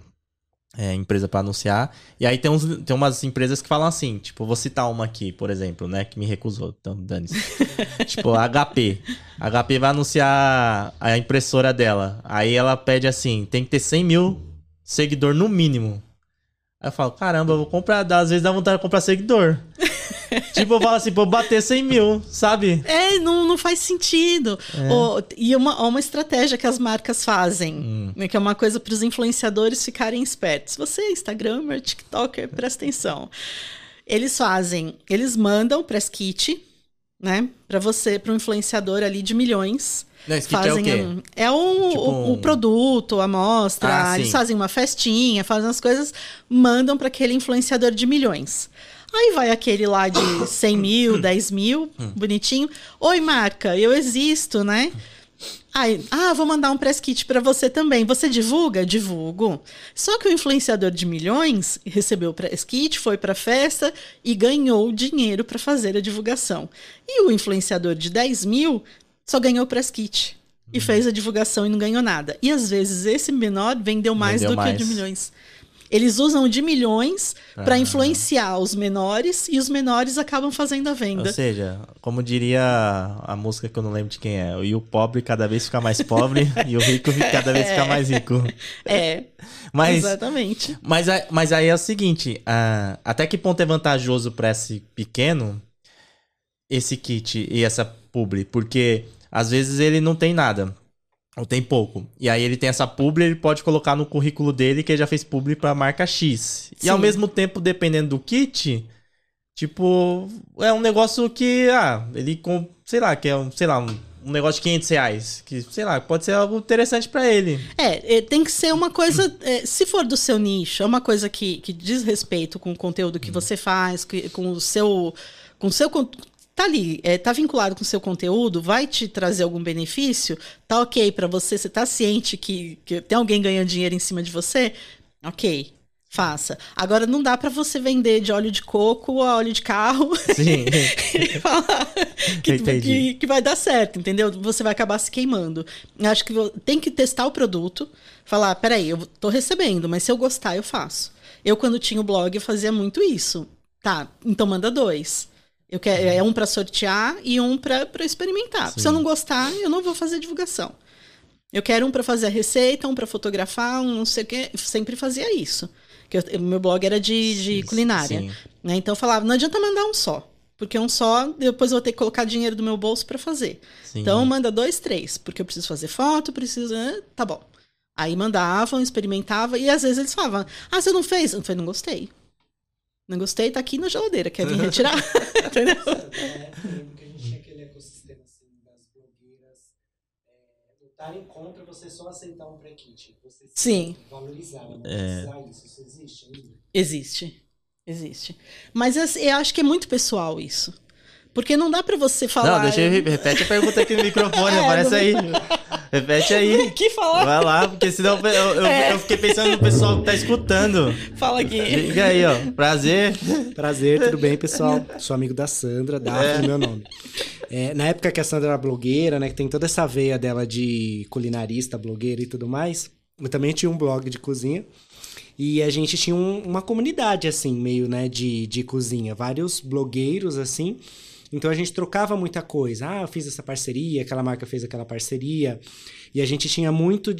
é, empresa pra anunciar. E aí tem, uns, tem umas empresas que falam assim, tipo, vou citar uma aqui, por exemplo, né? Que me recusou, então dane-se. Tipo, a H P. A H P vai anunciar a impressora dela. Aí ela pede assim, tem que ter cem mil seguidor no mínimo. Aí eu falo, caramba, eu vou comprar, dá- às vezes dá vontade de comprar seguidor. Tipo, eu falo assim, pô, bater cem mil, sabe? É, não, não faz sentido. Ou- e uma, uma estratégia que as marcas fazem, Hum. né, que é uma coisa para os influenciadores ficarem espertos. Você, Instagramer, TikToker, presta atenção. Eles fazem, eles mandam press kit, né, para você, para um influenciador ali de milhões. Não, esse kit é o Fazem quê? um- é um, Tipo o, o um- produto, a amostra, Ah, eles sim. fazem uma festinha, fazem as coisas, mandam para aquele influenciador de milhões. Aí vai aquele lá de cem mil, dez mil, bonitinho. Oi, marca, eu existo, né? Aí, ah, vou mandar um press kit para você também. Você divulga? Divulgo. Só que o influenciador de milhões recebeu o press kit, foi para a festa e ganhou dinheiro para fazer a divulgação. E o influenciador de dez mil só ganhou o press kit. E fez a divulgação e não ganhou nada. E às vezes esse menor vendeu mais Vendeu do mais. que o de milhões. Eles usam o de milhões para Ah. influenciar os menores e os menores acabam fazendo a venda. Ou seja, como diria a música que eu não lembro de quem é, e o pobre cada vez fica mais pobre e o rico cada vez fica mais rico. É, Mas, exatamente. mas, a- mas aí é o seguinte, ah, até que ponto é vantajoso para esse pequeno esse kit e essa publi? Porque às vezes ele não tem nada. Ou tem pouco. E aí ele tem essa publi, ele pode colocar no currículo dele que ele já fez publi pra marca X. E Sim. ao mesmo tempo, dependendo do kit, tipo, é um negócio que, ah, ele, com, sei lá, que é um, sei lá, um, um negócio de quinhentos reais. Que, sei lá, pode ser algo interessante pra ele. É, é, tem que ser uma coisa, é, se for do seu nicho, é uma coisa que, que diz respeito com o conteúdo que você faz, que- com o seu, com o seu con- tá ali, é, tá vinculado com o seu conteúdo, vai te trazer algum benefício, tá ok pra você, você tá ciente que, que tem alguém ganhando dinheiro em cima de você, ok, faça. Agora não dá pra você vender de óleo de coco a óleo de carro Sim. e falar que, Entendi. que, que vai dar certo, entendeu? Você vai acabar se queimando. Eu acho que vo- tem que testar o produto, falar, peraí, eu tô recebendo, mas se eu gostar, eu faço. Eu, quando tinha o blog, eu fazia muito isso. Tá, então manda dois. Eu quero, é um pra sortear e um pra pra experimentar. Sim. Se eu não gostar, eu não vou fazer divulgação. Eu quero um pra fazer a receita, um pra fotografar, um não sei o quê. Eu sempre fazia isso. Que eu- meu blog era de, de culinária. Sim. Né? Então eu falava, não adianta mandar um só. Porque um só, depois eu vou ter que colocar dinheiro do meu bolso pra fazer. Sim. Então manda dois, três. Porque eu preciso fazer foto, preciso... ah, Tá bom. Aí mandavam, experimentava. E às vezes eles falavam, ah, você não fez? Eu falei, não gostei. Não gostei, tá aqui na geladeira. Quer vir retirar? Entendeu? É, eu lembro que a gente tinha aquele ecossistema assim, das blogueiras é, lutarem contra você só aceitar um pré-kit. Você se Sim. valorizar, né? É. Valorizar isso. Isso existe ainda? Existe. Existe. Mas assim, eu acho que é muito pessoal isso. Porque não dá pra você falar... Não, deixa eu... re- Repete a pergunta aqui no microfone, É, aparece não- aí. Repete aí. Que falar? Vai lá, porque senão eu, eu, É. eu fiquei pensando no pessoal que tá escutando. Fala aqui. Liga aí, ó. Prazer. Prazer, tudo bem, pessoal? Sou amigo da Sandra, Daphne, meu nome. É, na época que a Sandra era blogueira, né, que tem toda essa veia dela de culinarista, blogueira e tudo mais, eu também tinha um blog de cozinha. E a gente tinha um- uma comunidade, assim, meio, né, de, de cozinha. Vários blogueiros, assim. Então a gente trocava muita coisa. Ah, eu fiz essa parceria, aquela marca fez aquela parceria. E a gente tinha muito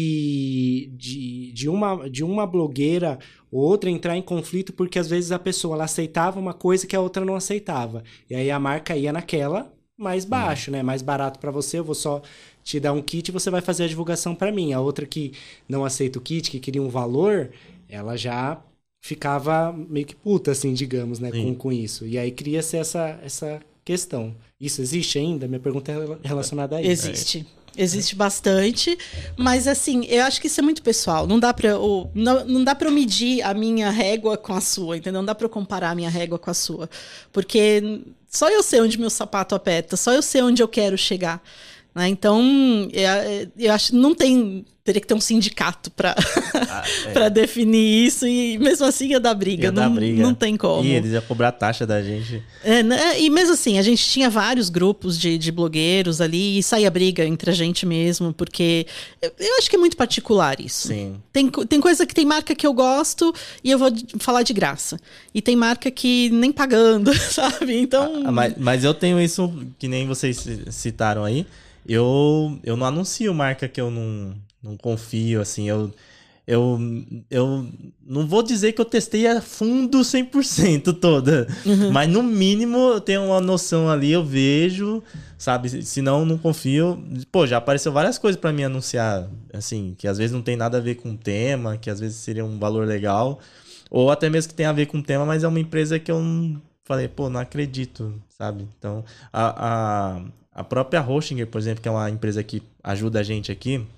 de, de, de, uma, de uma blogueira ou outra entrar em conflito, porque às vezes a pessoa ela aceitava uma coisa que a outra não aceitava. E aí a marca ia naquela mais baixo, né? Mais barato pra você, eu vou só te dar um kit e você vai fazer a divulgação pra mim. A outra que não aceita o kit, que queria um valor, ela já ficava meio que puta, assim, digamos, né, com, Sim. com isso. E aí cria-se essa, essa questão. Isso existe ainda? Minha pergunta é rela- relacionada a isso. Existe. Existe bastante, mas assim, eu acho que isso é muito pessoal. Não dá pra eu, não, não dá pra eu medir a minha régua com a sua, entendeu? Não dá pra eu comparar a minha régua com a sua. Porque só eu sei onde meu sapato aperta, só eu sei onde eu quero chegar. Né? Então, eu, eu acho que não tem. Teria que ter um sindicato pra, Ah, é. pra definir isso, e mesmo assim ia dar briga. Ia dar não, briga. não tem como. Ih, eles iam cobrar taxa da gente. É, né, e mesmo assim, a gente tinha vários grupos de, de blogueiros ali e saía briga entre a gente mesmo, porque eu, eu acho que é muito particular isso. Sim. Tem, co- tem coisa que tem marca que eu gosto e eu vou de- falar de graça. E tem marca que nem pagando, sabe? Então. Ah, mas, mas eu tenho isso, que nem vocês ci- citaram aí. Eu, eu não anuncio marca que eu não, não confio, assim. Eu, eu, eu não vou dizer que eu testei a fundo cem por cento toda. Mas no mínimo eu tenho uma noção ali, eu vejo, sabe? Se não, não confio. Pô, já apareceu várias coisas pra mim anunciar, assim, que às vezes não tem nada a ver com o tema, que às vezes seria um valor legal. Ou até mesmo que tem a ver com o tema, mas é uma empresa que eu não falei, pô, não acredito, sabe? Então, a, a, a própria Hostinger, por exemplo, que é uma empresa que ajuda a gente aqui,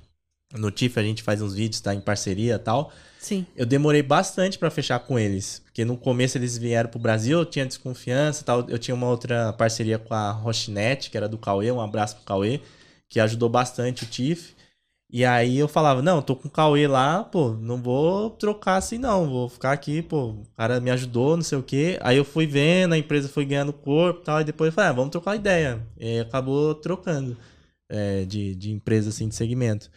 no T I F a gente faz uns vídeos, tá em parceria e tal. Sim. Eu demorei bastante pra fechar com eles. Porque no começo eles vieram pro Brasil, eu tinha desconfiança e tal. Eu tinha uma outra parceria com a Rochinet, que era do Cauê, um abraço pro Cauê, que ajudou bastante o T I F. E aí eu falava, não, tô com o Cauê lá, pô, não vou trocar assim não, vou ficar aqui, pô, o cara me ajudou, não sei o quê. Aí eu fui vendo, a empresa foi ganhando corpo e tal, e depois eu falei, ah, vamos trocar ideia. E acabou trocando é, de, de empresa, assim, de segmento.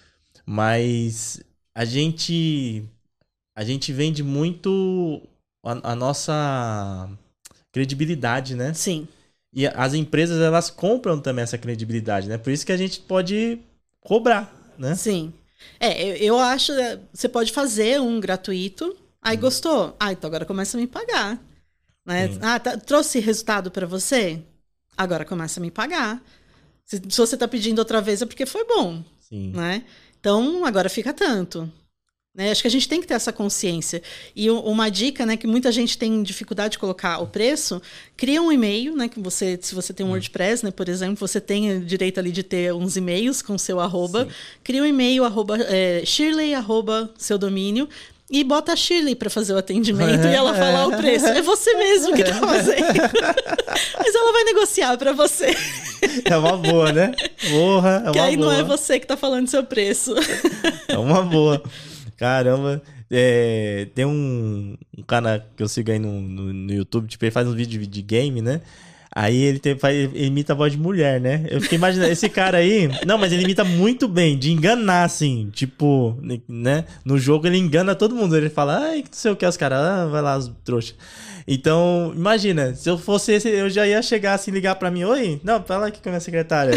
Mas a gente, a gente vende muito a, a nossa credibilidade, né? Sim. E as empresas, elas compram também essa credibilidade, né? Por isso que a gente pode cobrar. Né? Sim. É, eu, eu acho que você pode fazer um gratuito, aí hum. gostou. Ah, então agora começa a me pagar. Né? Ah, tá, trouxe resultado para você? Agora começa a me pagar. Se, se você tá pedindo outra vez é porque foi bom. Sim. Né? Então, agora fica tanto. Né? Acho que a gente tem que ter essa consciência. E uma dica, né, que muita gente tem dificuldade de colocar o preço, cria um e-mail, né, que você, se você tem um WordPress, né, por exemplo, você tem direito ali de ter uns e-mails com seu arroba. Sim. Cria um e-mail, arroba, é, Shirley, arroba, seu domínio, e bota a Shirley para fazer o atendimento é, e ela falar é, o preço. É você mesmo que tá fazendo. Mas ela vai negociar para você. É uma boa, né? Porra, é que uma aí boa. Não é você que tá falando seu preço. É uma boa. Caramba, é, tem um, um cara que eu sigo aí no, no, no YouTube, tipo, ele faz uns vídeos de game, né? Aí ele, tem, faz, ele imita a voz de mulher, né? Eu fiquei imaginando, esse cara aí... Não, mas ele imita muito bem, de enganar, assim, tipo, né? No jogo ele engana todo mundo, ele fala, ai, não sei o que, os caras, ah, vai lá, os trouxas. Então, imagina, se eu fosse esse, eu já ia chegar assim, ligar pra mim, oi, não, fala aqui com a minha secretária.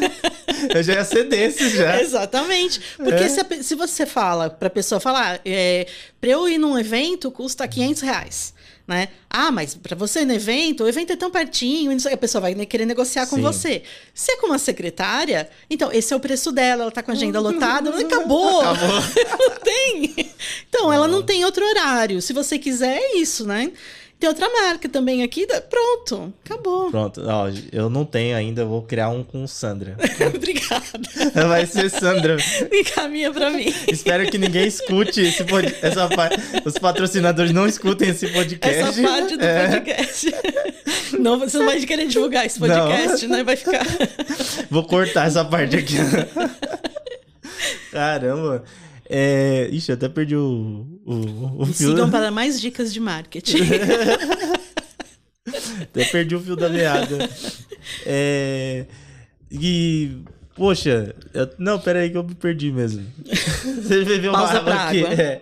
Eu já ia ser desse, já. Exatamente. Porque é. se, a, se você fala pra pessoa falar, é, pra eu ir num evento custa quinhentos reais, né? Ah, mas pra você ir no evento, o evento é tão pertinho, a pessoa vai querer negociar com Sim. você. Se é com uma secretária, então esse é o preço dela, ela tá com a agenda lotada, acabou. Acabou. Não tem. Então, ela não tem outro horário. Se você quiser, é isso, né? Tem outra marca também aqui, pronto, acabou. Pronto, ó, eu não tenho ainda, eu vou criar um com Sandra. Obrigada. Vai ser Sandra. Encaminha pra mim. Espero que ninguém escute esse pod... essa parte. Os patrocinadores não escutem esse podcast. Essa parte do é. podcast. Não, você não vai querer divulgar esse podcast, não. né? Vai ficar... Vou cortar essa parte aqui. Caramba. É... Ixi, eu até perdi o, o, o fio. Sigam para mais dicas de marketing. Até perdi o fio da meada. É... E... Poxa, eu... não, pera aí que eu me perdi mesmo. Você bebeu uma Pausa água pra aqui. água. É.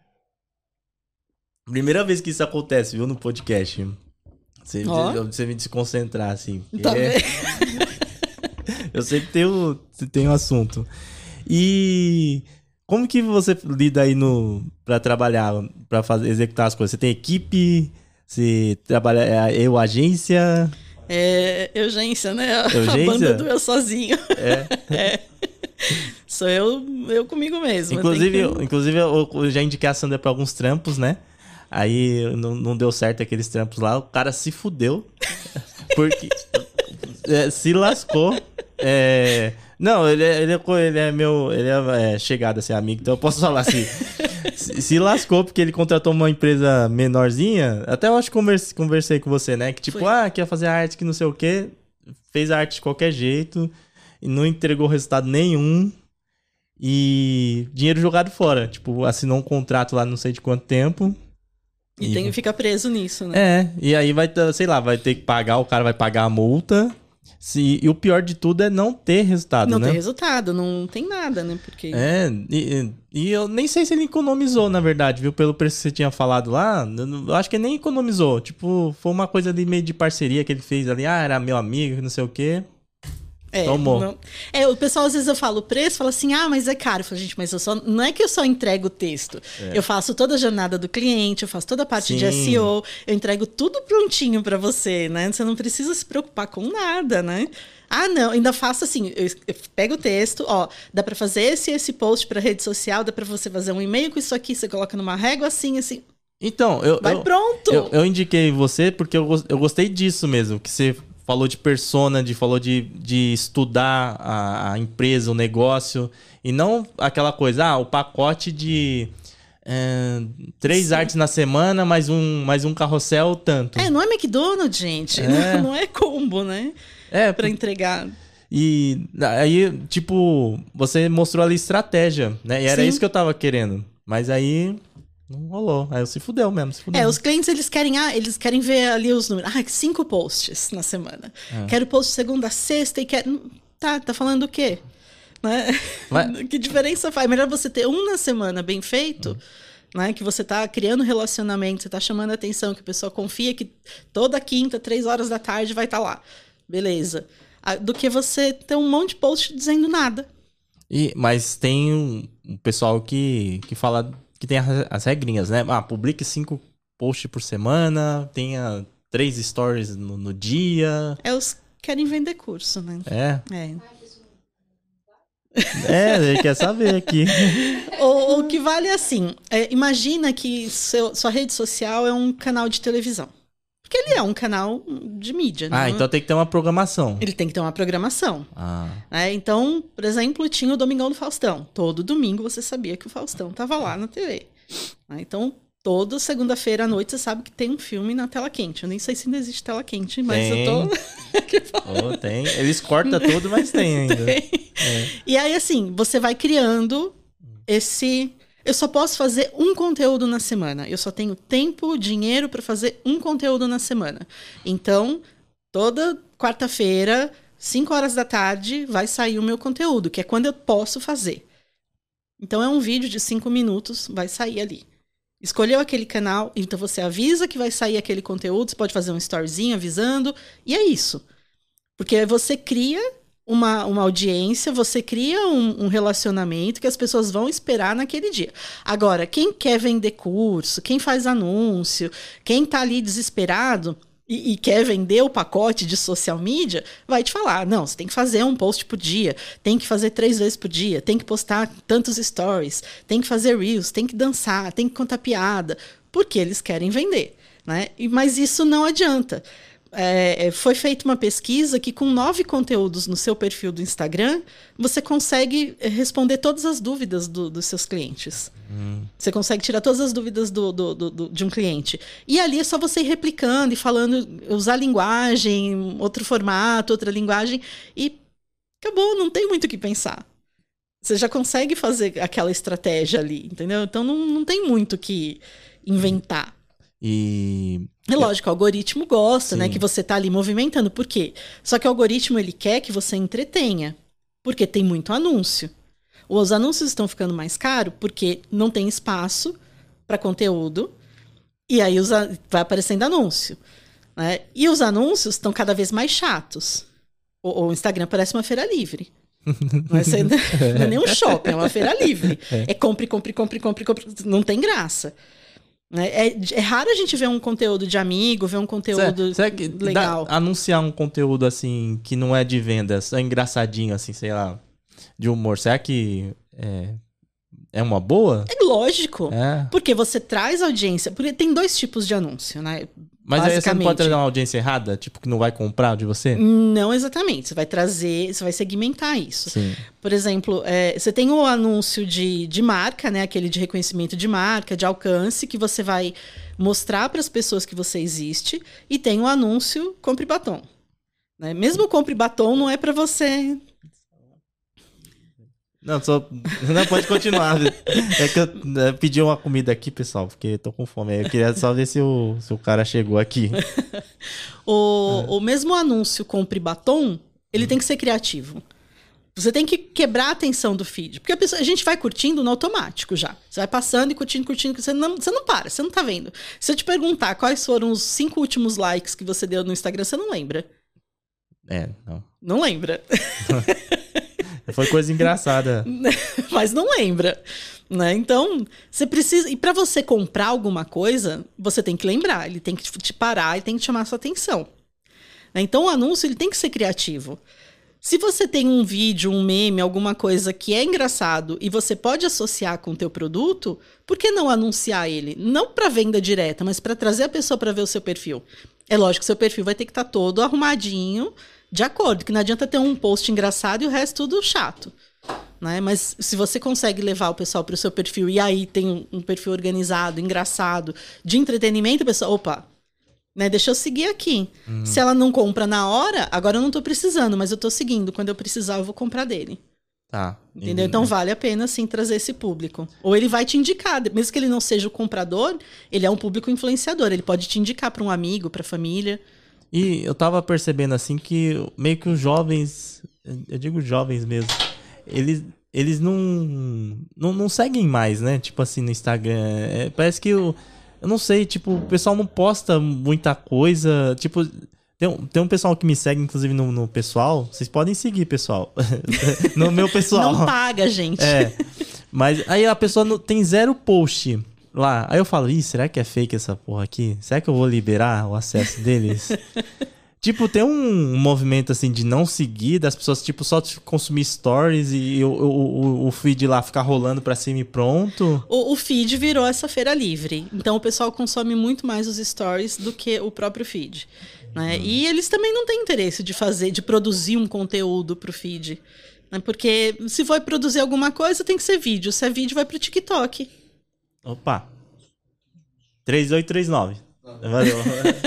Primeira vez que isso acontece, viu, no podcast. Você, oh. você me desconcentrar, assim. Tá é... Eu sempre tenho, tenho assunto. E... Como que você lida aí no, pra trabalhar, pra fazer, executar as coisas? Você tem equipe? Você trabalha, é eu, agência? É, urgência, né? Urgência? A banda do eu sozinho. É? É. Sou eu, eu comigo mesmo. Inclusive, eu que... eu, inclusive eu, eu já indiquei a Sandra pra alguns trampos, né? Aí não, não deu certo aqueles trampos lá, o cara se fudeu. Porque é, se lascou. É... Não, ele é, ele, é, ele é meu... Ele é, é chegado, assim, amigo. Então eu posso falar assim... se, se lascou porque ele contratou uma empresa menorzinha. Até eu acho que conversei, conversei com você, né? Que tipo, Foi. ah, quer fazer arte que não sei o quê. Fez a arte de qualquer jeito. E não entregou resultado nenhum. E dinheiro jogado fora. Tipo, assinou um contrato lá não sei de quanto tempo. E, e tem que ficar preso nisso, né? É, e aí vai, sei lá, vai ter que pagar, o cara vai pagar a multa... Se, e o pior de tudo é não ter resultado, não né? Não tem resultado, não tem nada, né? Porque... É, e, e eu nem sei se ele economizou, na verdade, viu? Pelo preço que você tinha falado lá, eu acho que ele nem economizou. Tipo, foi uma coisa ali meio de parceria que ele fez ali. Ah, era meu amigo, não sei o quê. É, Tomou. Não... é, o pessoal às vezes eu falo o preço, fala assim, ah, mas é caro. Eu falo, gente, mas eu só... não é que eu só entrego o texto. É. Eu faço toda a jornada do cliente, eu faço toda a parte Sim. de S E O, eu entrego tudo prontinho pra você, né? Você não precisa se preocupar com nada, né? Ah, não, ainda faço assim, eu, eu pego o texto, ó, dá pra fazer esse esse post pra rede social, dá pra você fazer um e-mail com isso aqui, você coloca numa régua assim, assim. Então, eu... Vai eu, pronto! Eu, eu indiquei você porque eu, eu gostei disso mesmo, que você falou de persona, de, falou de, de estudar a, a empresa, o negócio. E não aquela coisa, ah, o pacote de é, três Sim. artes na semana, mais um, mais um carrossel, tanto. É, não é McDonald's, gente. É. Não, não é combo, né? É. Pra entregar. E aí, tipo, você mostrou ali estratégia, né? E era Sim. isso que eu tava querendo. Mas aí não rolou. Aí eu se fudeu mesmo, se fudeu. É, os clientes, eles querem, ah, eles querem ver ali os números. Ah, cinco posts na semana. É. Quero post segunda a sexta e quero... Tá, tá falando o quê? Né? Mas... Que diferença faz? É melhor você ter um na semana bem feito... Hum. Né, que você tá criando relacionamento, você tá chamando a atenção, que a pessoa confia que toda quinta, três horas da tarde vai estar tá lá. Beleza. Do que você ter um monte de post dizendo nada. E, mas tem um, um pessoal que, que fala que tem as, as regrinhas, né? Ah, publique cinco posts por semana, tenha três stories no, no dia. É, os querem vender curso, né? É. É. É, ele quer saber aqui. O, o que vale é assim, é, imagina que seu, sua rede social é um canal de televisão. Porque ele é um canal de mídia. Ah, né? então tem que ter uma programação. Ele tem que ter uma programação. Ah. É, então, por exemplo, tinha o Domingão do Faustão. Todo domingo você sabia que o Faustão estava lá na T V. É, então, toda segunda-feira à noite você sabe que tem um filme na tela quente. Eu nem sei se ainda existe tela quente, mas tem. eu tô... oh, tem. Eles cortam tudo, mas tem ainda. Tem. É. E aí, assim, você vai criando esse... Eu só posso fazer um conteúdo na semana. Eu só tenho tempo, dinheiro para fazer um conteúdo na semana. Então, toda quarta-feira, cinco horas da tarde, vai sair o meu conteúdo, que é quando eu posso fazer. Então, é um vídeo de cinco minutos, vai sair ali. Escolheu aquele canal, então você avisa que vai sair aquele conteúdo, você pode fazer um storyzinho avisando, e é isso. Porque você cria... Uma, uma audiência, você cria um, um relacionamento que as pessoas vão esperar naquele dia. Agora, quem quer vender curso, quem faz anúncio, quem tá ali desesperado e, e quer vender o pacote de social media, vai te falar, não, você tem que fazer um post por dia, tem que fazer três vezes por dia, tem que postar tantos stories, tem que fazer reels, tem que dançar, tem que contar piada, porque eles querem vender, né? E, mas isso não adianta. É, foi feita uma pesquisa que com nove conteúdos no seu perfil do Instagram, você consegue responder todas as dúvidas do, dos seus clientes. Hum. Você consegue tirar todas as dúvidas do, do, do, do, de um cliente. E ali é só você ir replicando e falando, usar linguagem, outro formato, outra linguagem, e acabou, não tem muito o que pensar. Você já consegue fazer aquela estratégia ali, entendeu? Então não, não tem muito o que inventar. E... É lógico, o algoritmo gosta, Sim. né, que você tá ali movimentando. Por quê? Só que o algoritmo, ele quer que você entretenha, porque tem muito anúncio. Os anúncios estão ficando mais caros porque não tem espaço para conteúdo, e aí os, vai aparecendo anúncio. Né? E os anúncios estão cada vez mais chatos. O, o Instagram parece uma feira livre. Não é, ser, não é nem um shopping, é uma feira livre. É, é compre, compre, compre, compre, compre. Não tem graça. É, é raro a gente ver um conteúdo de amigo, ver um conteúdo será, será que legal. Dá, anunciar um conteúdo assim que não é de venda, só engraçadinho, assim, sei lá, de humor. Será que é, é uma boa? É lógico. É. Porque você traz audiência. Porque tem dois tipos de anúncio, né? Mas aí você não pode trazer uma audiência errada? Tipo, que não vai comprar de você? Não exatamente. Você vai trazer, você vai segmentar isso. Sim. Por exemplo, é, você tem o anúncio de, de marca, né? Aquele de reconhecimento de marca, de alcance, que você vai mostrar para as pessoas que você existe. E tem o anúncio compre batom. Né? Mesmo o compre batom não é para você... Não, só... Não, pode continuar. É que eu é, pedi uma comida aqui, pessoal, porque tô com fome. Eu queria só ver se o, se o cara chegou aqui. o, é. o mesmo anúncio compre batom, ele hum. tem que ser criativo. Você tem que quebrar a atenção do feed. Porque a, pessoa, a gente vai curtindo no automático já. Você vai passando e curtindo, curtindo. Você não, você não para, você não tá vendo. Se eu te perguntar quais foram os cinco últimos likes que você deu no Instagram, você não lembra. É, não. Não lembra. Foi coisa engraçada. Mas não lembra, né? Então, você precisa... E para você comprar alguma coisa, você tem que lembrar. Ele tem que te parar e tem que chamar a sua atenção. Então, o anúncio ele tem que ser criativo. Se você tem um vídeo, um meme, alguma coisa que é engraçado e você pode associar com o teu produto, por que não anunciar ele? Não para venda direta, mas para trazer a pessoa para ver o seu perfil. É lógico que seu perfil vai ter que estar todo arrumadinho, de acordo, que não adianta ter um post engraçado e o resto tudo chato. Né? Mas se você consegue levar o pessoal para o seu perfil e aí tem um, um perfil organizado, engraçado, de entretenimento, o pessoal, opa, né, deixa eu seguir aqui. Uhum. Se ela não compra na hora, agora eu não tô precisando, mas eu tô seguindo. Quando eu precisar, eu vou comprar dele. Tá. Entendeu? Então vale a pena, sim, trazer esse público. Ou ele vai te indicar, mesmo que ele não seja o comprador, ele é um público influenciador. Ele pode te indicar para um amigo, para família. E eu tava percebendo, assim, que meio que os jovens, eu digo jovens mesmo, eles, eles não, não, não seguem mais, né? Tipo assim, no Instagram. É, parece que o... Eu não sei, tipo, o pessoal não posta muita coisa. Tipo, tem um, tem um pessoal que me segue, inclusive, no, no pessoal. Vocês podem seguir, pessoal. No meu pessoal. Não paga, gente. É. Mas aí a pessoa não, tem zero post lá. Aí eu falo, ih, será que é fake essa porra aqui? Será que eu vou liberar o acesso deles? Tipo, tem um movimento, assim, de não seguir, das pessoas, tipo, só consumir stories e o, o, o feed lá ficar rolando pra cima e pronto. O, o feed virou essa feira livre. Então, o pessoal consome muito mais os stories do que o próprio feed. Né? Hum. E eles também não têm interesse de fazer, de produzir um conteúdo pro feed. Né? Porque se for produzir alguma coisa, tem que ser vídeo. Se é vídeo, vai pro TikTok. Opa. três oito três nove. Valeu.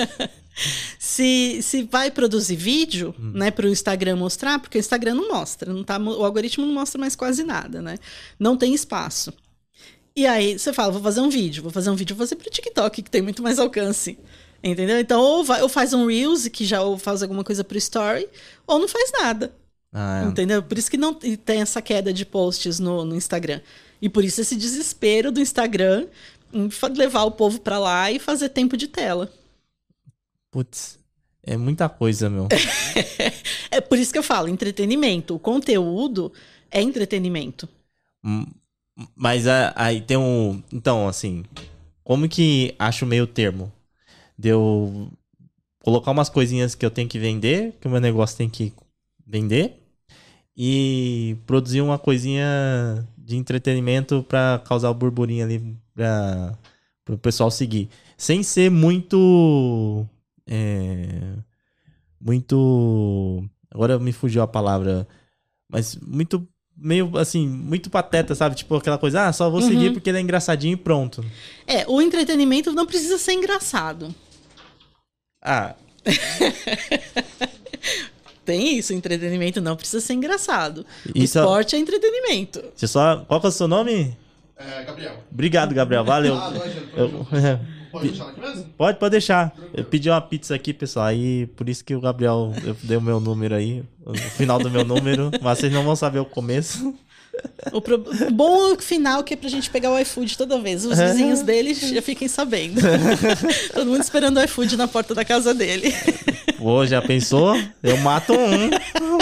Se, se vai produzir vídeo, hum. né, para o Instagram mostrar, porque o Instagram não mostra, não tá, o algoritmo não mostra mais quase nada, né? Não tem espaço. E aí você fala, vou fazer um vídeo, vou fazer um vídeo, vou fazer pro TikTok, que tem muito mais alcance. Entendeu? Então, ou, vai, ou faz um Reels, que já ou faz alguma coisa pro Story, ou não faz nada. Ah, é. Entendeu? Por isso que não tem essa queda de posts no, no Instagram. E por isso esse desespero do Instagram em levar o povo pra lá e fazer tempo de tela. Putz, é muita coisa, meu. É por isso que eu falo, entretenimento. O conteúdo é entretenimento. Mas aí tem um... Então, assim, como que acho o meio termo? De eu colocar umas coisinhas que eu tenho que vender, que o meu negócio tem que vender, e produzir uma coisinha de entretenimento pra causar o burburinho ali, pra, pro pessoal seguir. Sem ser muito... É, muito... Agora me fugiu a palavra. Mas muito... Meio assim, muito pateta, sabe? Tipo aquela coisa, ah, só vou seguir uhum. porque ele é engraçadinho e pronto. É, o entretenimento não precisa ser engraçado. Ah. Tem isso, o entretenimento não precisa ser engraçado. O isso esporte é entretenimento. Você só... Qual que é o seu nome? É, Gabriel. Obrigado, Gabriel. Valeu. Ah, não, gente, eu... Pode deixar aqui mesmo? Pode, pode deixar. Eu pedi uma pizza aqui, pessoal. Aí, por isso que o Gabriel, eu dei o meu número aí. O final do meu número. Mas vocês não vão saber o começo. O, pro... o bom final que é pra gente pegar o iFood toda vez. Os vizinhos dele já fiquem sabendo. Todo mundo esperando o iFood na porta da casa dele. Pô, já pensou? Eu mato um.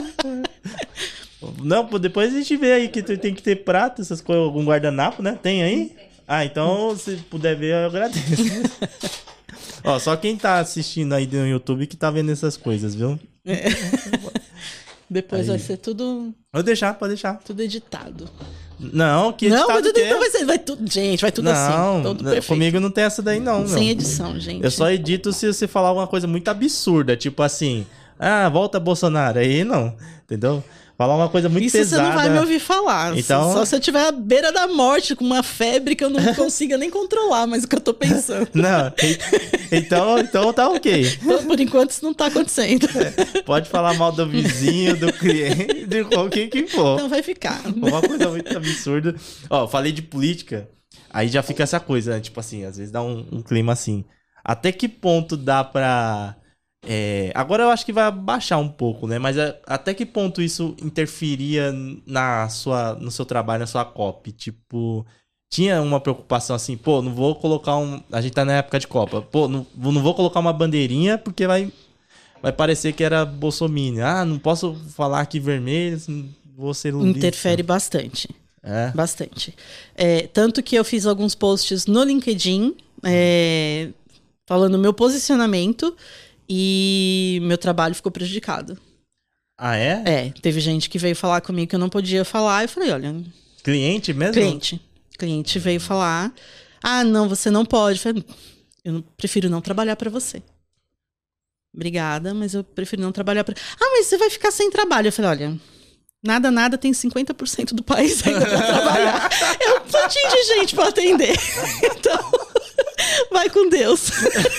Não, pô, depois a gente vê aí que tem que ter prato, essas coisas, algum guardanapo, né? Tem aí? Ah, então se puder ver, eu agradeço. Ó, só quem tá assistindo aí no YouTube que tá vendo essas coisas, viu? É. Depois aí vai ser tudo... Pode deixar, pode deixar. Tudo editado. Não, que editado não, mas tudo, é? Então vai ser, vai tudo, gente, vai tudo não, assim. Todo não, perfeito. Comigo não tem essa daí não, Sem meu. edição, gente. Eu só edito se você falar alguma coisa muito absurda, tipo assim, ah, volta Bolsonaro, aí não, entendeu? Falar uma coisa muito Isso pesada. Isso você não vai me ouvir falar. Então... Só se eu estiver à beira da morte, com uma febre que eu não consiga nem controlar, mas o que eu tô pensando. Não, então, então tá ok. Então, por enquanto isso não tá acontecendo. É, pode falar mal do vizinho, do cliente, de qualquer que for. Então vai ficar. Uma coisa muito absurda. Ó, falei de política, aí já fica essa coisa, né? Tipo assim, às vezes dá um, um clima assim. Até que ponto dá pra... É, agora eu acho que vai baixar um pouco, né? Mas a, até que ponto isso interferia na sua, no seu trabalho, na sua copy? Tipo, tinha uma preocupação assim, pô, não vou colocar um... A gente tá na época de Copa. Pô, não, não vou colocar uma bandeirinha porque vai, vai parecer que era bolsominion. Ah, não posso falar aqui vermelho, vou ser lulista. Interfere bastante. É? Bastante. É, tanto que eu fiz alguns posts no LinkedIn, é, falando meu posicionamento... E meu trabalho ficou prejudicado. Ah, é? É, teve gente que veio falar comigo que eu não podia falar. Eu falei, olha... Cliente mesmo? Cliente. Cliente veio falar, ah, não, você não pode. Eu falei, eu não, prefiro não trabalhar pra você. obrigada, mas eu prefiro não trabalhar pra... Ah, mas você vai ficar sem trabalho. Eu falei, olha, nada, nada, tem cinquenta por cento do país ainda pra trabalhar. Eu um tantinho de gente pra atender. Então, vai com Deus.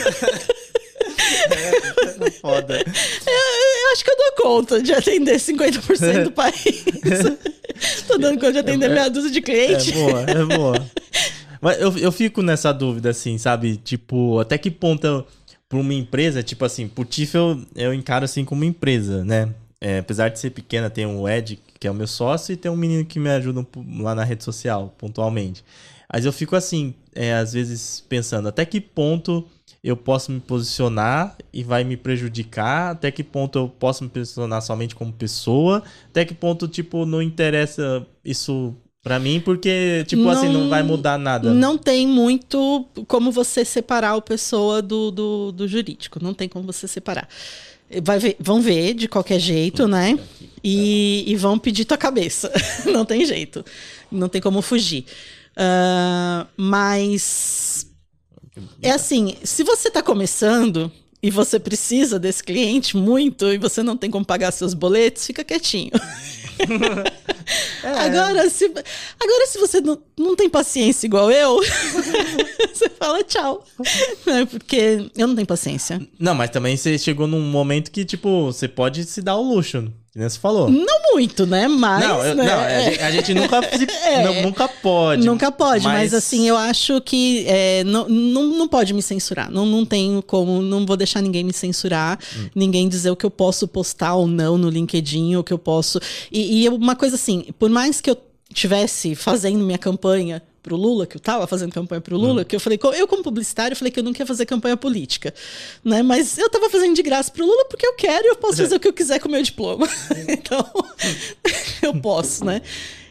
É, foda. Eu, eu acho que eu dou conta de atender cinquenta por cento do país. Tô dando conta de atender meia dúzia de clientes. É boa, é boa. Mas eu, eu fico nessa dúvida, assim, sabe? Tipo, até que ponto eu, pra uma empresa, tipo assim, pro Tiff eu, eu encaro assim como empresa, né? É, apesar de ser pequena, tem o Ed, que é o meu sócio, e tem um menino que me ajuda lá na rede social, pontualmente. Mas eu fico assim, é, às vezes pensando, até que ponto eu posso me posicionar e vai me prejudicar, até que ponto eu posso me posicionar somente como pessoa, até que ponto, tipo, não interessa isso pra mim, porque, tipo, não, assim, não vai mudar nada. Não tem muito como você separar o pessoa do, do, do jurídico, não tem como você separar. Vai ver, vão ver de qualquer jeito, né? E, e vão pedir tua cabeça. Não tem jeito. Não tem como fugir. Uh, mas... É assim, se você tá começando e você precisa desse cliente muito e você não tem como pagar seus boletos, fica quietinho. É. Agora, se, agora, se você não, não tem paciência igual eu, você fala tchau. É porque eu não tenho paciência. Não, mas também você chegou num momento que, tipo, você pode se dar o luxo, que nem você falou. Não muito, né? Mas. Não, eu, né? não a, gente, a gente nunca, se, é. não, nunca pode. Nunca pode, mas, mas assim, eu acho que é, não, não, não pode me censurar. Não, não tenho como, não vou deixar ninguém me censurar, hum. ninguém dizer o que eu posso postar ou não no LinkedIn, o que eu posso. E, e uma coisa assim, por mais que eu estivesse fazendo minha campanha pro Lula, que eu tava fazendo campanha pro Lula, hum. que eu falei, eu como publicitário, eu falei que eu não queria fazer campanha política, né? Mas eu tava fazendo de graça pro Lula porque eu quero e eu posso fazer o que eu quiser com o meu diploma. Então, eu posso, né?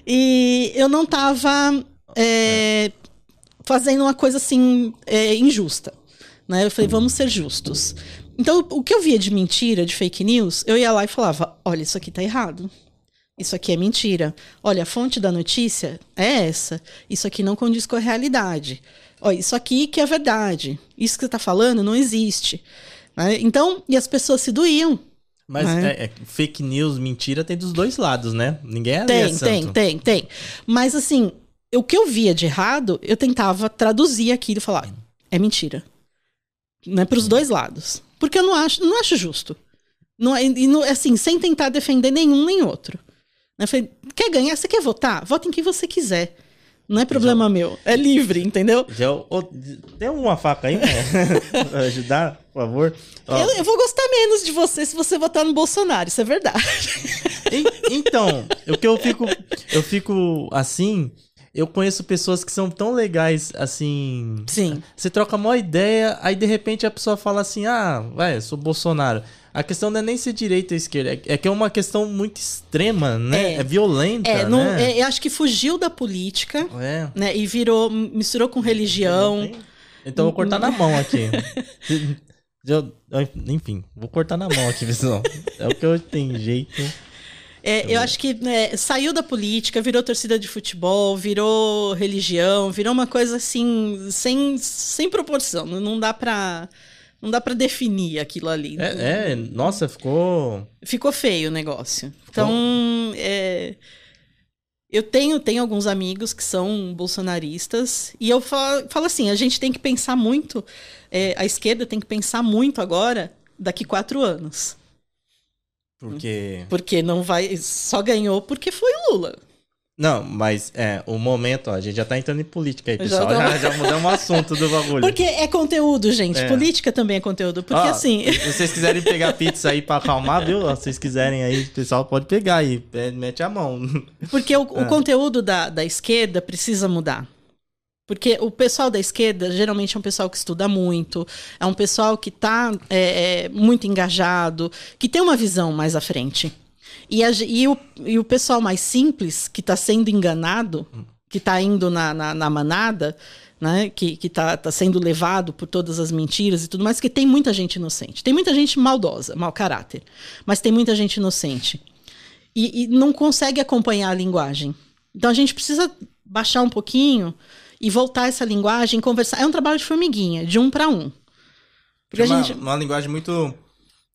E eu não tava é, fazendo uma coisa assim, é, injusta, né? Eu falei, vamos ser justos. Então, o que eu via de mentira, de fake news, eu ia lá e falava, olha, isso aqui tá errado. Isso aqui é mentira. Olha, a fonte da notícia é essa. Isso aqui não condiz com a realidade. Olha, isso aqui que é verdade. Isso que você está falando não existe. Né? Então, e as pessoas se doíam. Mas né? é, é, fake news, mentira, tem dos dois lados, né? Ninguém é Tem, é santo. tem, tem, tem. Mas assim, o que eu via de errado, eu tentava traduzir aquilo e falar, é mentira. Né? Para os dois lados. Porque eu não acho, não acho justo. Não, e não, assim, sem tentar defender nenhum nem outro. Eu falei, quer ganhar? Você quer votar? Vota em quem você quiser. Não é problema já, meu. É livre, entendeu? Já, oh, tem uma faca aí pra ajudar, por favor? Oh. Eu, eu vou gostar menos de você se você votar no Bolsonaro. Isso é verdade. E, então, o que eu fico, eu fico assim... Eu conheço pessoas que são tão legais, assim... Sim. Você troca a maior ideia, aí de repente a pessoa fala assim, ah, vai, eu sou Bolsonaro. A questão não é nem ser direita ou esquerda, é que é uma questão muito extrema, né? É, é violenta, é, não, né? É, eu acho que fugiu da política, é. né? E virou, misturou com religião. Então eu vou cortar na mão aqui. eu, enfim, vou cortar na mão aqui, pessoal. É o que eu tenho jeito... É, eu acho que né, saiu da política, virou torcida de futebol, virou religião, virou uma coisa assim, sem, sem proporção. Não dá pra, não dá pra definir aquilo ali. É, é nossa, ficou... Ficou feio o negócio. Então, é, eu tenho, tenho alguns amigos que são bolsonaristas e eu falo, falo assim, a gente tem que pensar muito, é, a esquerda tem que pensar muito agora, daqui quatro anos. Porque... Porque não vai... Só ganhou porque foi o Lula. Não, mas é, o momento, ó, a gente já tá entrando em política aí, pessoal. Já, já, já mudamos o assunto do bagulho. Porque é conteúdo, gente. É. Política também é conteúdo. Porque ó, assim... Se vocês quiserem pegar pizza aí pra acalmar, viu? Se vocês quiserem aí, o pessoal pode pegar aí. Mete a mão. Porque o, é. o conteúdo da, da esquerda precisa mudar. Porque o pessoal da esquerda geralmente é um pessoal que estuda muito, é um pessoal que está é, é, muito engajado, que tem uma visão mais à frente. E, a, e, o, e o pessoal mais simples, que está sendo enganado, que está indo na, na, na manada, né, que está tá sendo levado por todas as mentiras e tudo mais, que tem muita gente inocente. Tem muita gente maldosa, mau caráter, mas tem muita gente inocente. E, e não consegue acompanhar a linguagem. Então a gente precisa baixar um pouquinho... E voltar essa linguagem, conversar. É um trabalho de formiguinha, de um para um. Porque uma, a gente... uma linguagem muito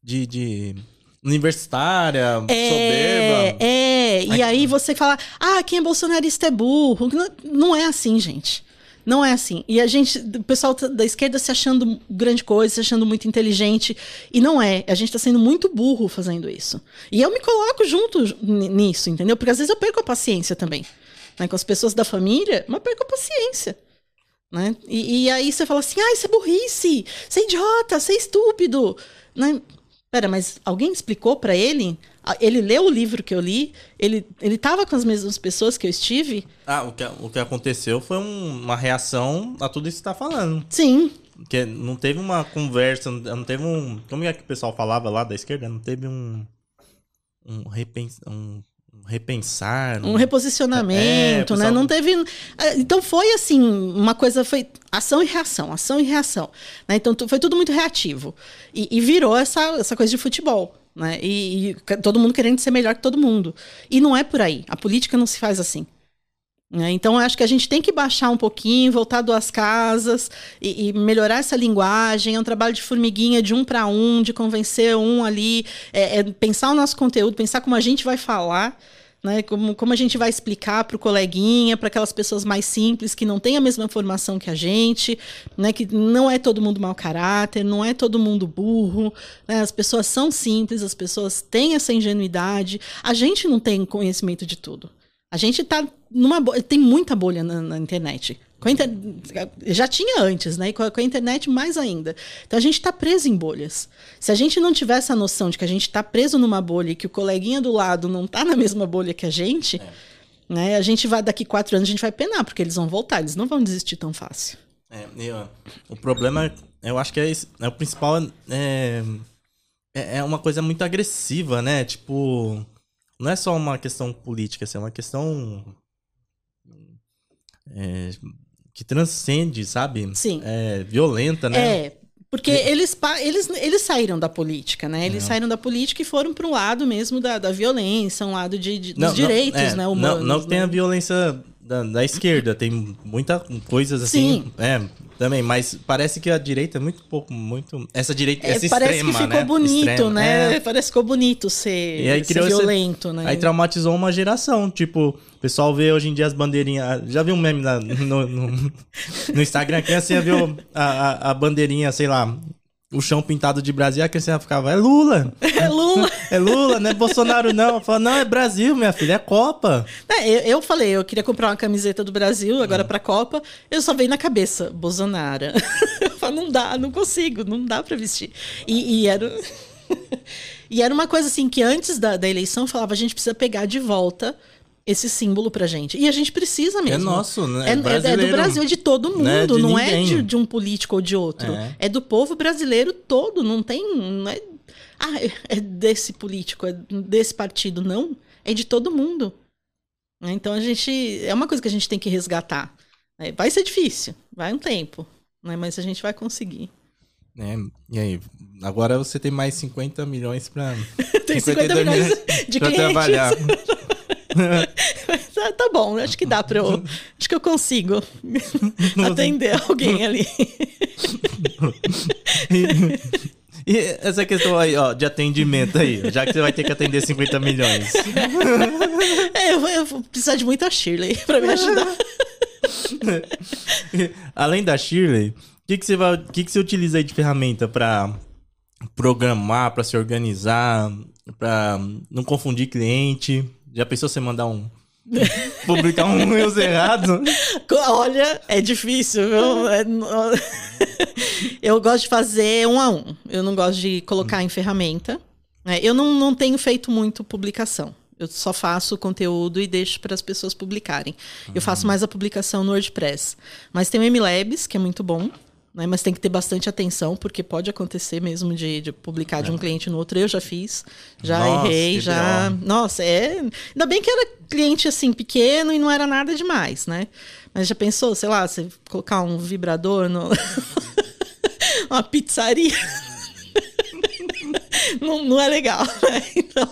de, de universitária, É, soberba. é. E aí você fala, ah, quem é bolsonarista é burro. Não, não é assim, gente. Não é assim. E a gente, o pessoal da esquerda se achando grande coisa, se achando muito inteligente. E não é. A gente tá sendo muito burro fazendo isso. E eu me coloco junto n- nisso, entendeu? Porque às vezes eu perco a paciência também. Né? Com as pessoas da família, mas perco a paciência. Né? E, e aí você fala assim, ah, isso é burrice, isso é idiota, isso é estúpido. Né? Pera, mas alguém explicou pra ele? Ah, ele leu o livro que eu li? Ele, ele tava com as mesmas pessoas que eu estive? Ah, o que, o que aconteceu foi um- uma reação a tudo isso que você tá falando. Sim. Porque não teve uma conversa, não teve um... Como é que o pessoal falava lá da esquerda? Não teve um... Um, repens, um, um repensar... Um reposicionamento, É, né? pessoal- Não teve. Então foi assim, uma coisa foi ação e reação, ação e reação. Né? Então tu- foi tudo muito reativo. E, e virou essa, essa coisa de futebol. Né? E, e ca- todo mundo querendo ser melhor que todo mundo. E não é por aí. A política não se faz assim. Né? Então eu acho que a gente tem que baixar um pouquinho, voltar duas casas e, e melhorar essa linguagem. É um trabalho de formiguinha, de um para um, de convencer um ali, é, é pensar o nosso conteúdo, pensar como a gente vai falar. Né, como, como a gente vai explicar para o coleguinha, para aquelas pessoas mais simples que não têm a mesma formação que a gente, né, que não é todo mundo mau caráter, não é todo mundo burro, né, as pessoas são simples, as pessoas têm essa ingenuidade. A gente não tem conhecimento de tudo. A gente tá numa bo- tem muita bolha na, na internet. Com a inter... Já tinha antes, né? E com a, com a internet mais ainda. Então a gente está preso em bolhas. Se a gente não tiver essa noção de que a gente está preso numa bolha e que o coleguinha do lado não está na mesma bolha que a gente, é. né? A gente vai, daqui quatro anos, a gente vai penar, porque eles vão voltar, eles não vão desistir tão fácil. É, eu, o problema, eu acho que é, esse, é o principal, é, é, é uma coisa muito agressiva, né? Tipo, não é só uma questão política, assim, é uma questão é, que transcende, sabe? Sim. É, violenta, né? É, porque e... eles, eles, eles saíram da política, né? Eles é. saíram da política e foram para um lado mesmo da, da violência, um lado de, de, dos não, direitos, não, é, né, humanos. Não, não que né? tenha violência da, da esquerda, tem muitas coisas assim, Sim. é, também, mas parece que a direita é muito pouco, muito, essa direita, é, essa parece extrema, que ficou né? bonito, extrema, né? é. Parece que ficou bonito ser, e aí ser violento, esse, né? Aí traumatizou uma geração, tipo, o pessoal vê hoje em dia as bandeirinhas, já viu um meme na, no, no, no Instagram, a criança viu a, a, a bandeirinha, sei lá, o chão pintado de Brasil, a criança ficava, é Lula. É Lula. É Lula, não é Bolsonaro não. Fala, não, é Brasil, minha filha, é Copa. É, eu, eu falei, eu queria comprar uma camiseta do Brasil, agora hum. pra Copa, eu só veio na cabeça, Bolsonaro. Eu falo, não dá, não consigo, não dá pra vestir. E, e era... e era uma coisa assim, que antes da, da eleição, falava, a gente precisa pegar de volta esse símbolo pra gente. E a gente precisa mesmo. É nosso, né? É, é, é do Brasil, é de todo mundo, não é de, não é de, de um político ou de outro. É. é do povo brasileiro todo, não tem... Não é, ah, é desse político, é desse partido, não. É de todo mundo. Então a gente... É uma coisa que a gente tem que resgatar. Vai ser difícil, vai um tempo, né? Mas a gente vai conseguir. É, e aí? Agora você tem mais cinquenta milhões pra... tem cinquenta milhões de pra clientes. trabalhar. tá, tá bom, acho que dá pra eu... Acho que eu consigo atender alguém ali. e, e essa questão aí, ó, de atendimento aí, já que você vai ter que atender cinquenta milhões. É, eu vou, eu vou precisar de muita Shirley pra me ajudar. Além da Shirley, o que, que, você vai, que, que você utiliza aí de ferramenta pra programar, pra se organizar, pra não confundir cliente? Já pensou você mandar um... publicar um news errado? Olha, é difícil, viu? É... Eu gosto de fazer um a um. Eu não gosto de colocar em ferramenta. Eu não, não tenho feito muito publicação. Eu só faço o conteúdo e deixo para as pessoas publicarem. Uhum. Eu faço mais a publicação no WordPress. Mas tem o MLabs, que é muito bom. Né, mas tem que ter bastante atenção, porque pode acontecer mesmo de, de publicar é. de um cliente no outro. Eu já fiz, já Nossa, errei, já... Legal. Nossa, é... Ainda bem que era cliente, assim, pequeno e não era nada demais, né? Mas já pensou, sei lá, você colocar um vibrador no... uma pizzaria? não, não é legal, né? Então...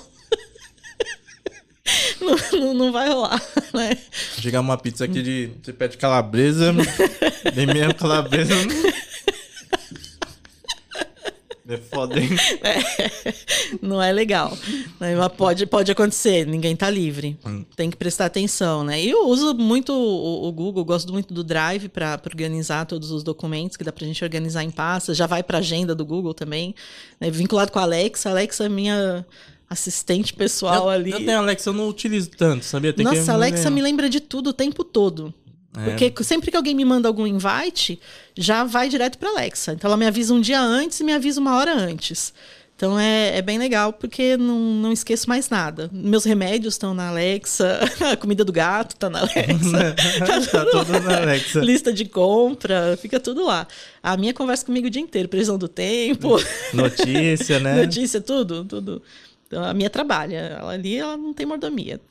Não, não, não vai rolar, né? Chegar uma pizza aqui de... Você pede calabresa, bem mesmo calabresa... É foda, hein? É, não é legal. Né? Mas pode, pode acontecer, ninguém tá livre. Hum. Tem que prestar atenção, né? E eu uso muito o, o Google, gosto muito do Drive para organizar todos os documentos, que dá pra gente organizar em pastas. Já vai pra agenda do Google também. Né? Vinculado com a Alexa. A Alexa é minha assistente pessoal eu, ali. Eu tenho Alexa, eu não utilizo tanto, sabia? Tem Nossa, que a Alexa me me lembra de tudo o tempo todo. É. Porque sempre que alguém me manda algum invite, já vai direto para Alexa. Então ela me avisa um dia antes e me avisa uma hora antes. Então é, é bem legal porque não, não esqueço mais nada. Meus remédios estão na Alexa, a comida do gato está na Alexa. Tá tudo na Alexa. Lista de compra, fica tudo lá. A minha conversa comigo o dia inteiro, previsão do tempo. Notícia, né? Notícia, tudo, tudo. Então, a minha trabalha. Ela ali, ela não tem mordomia.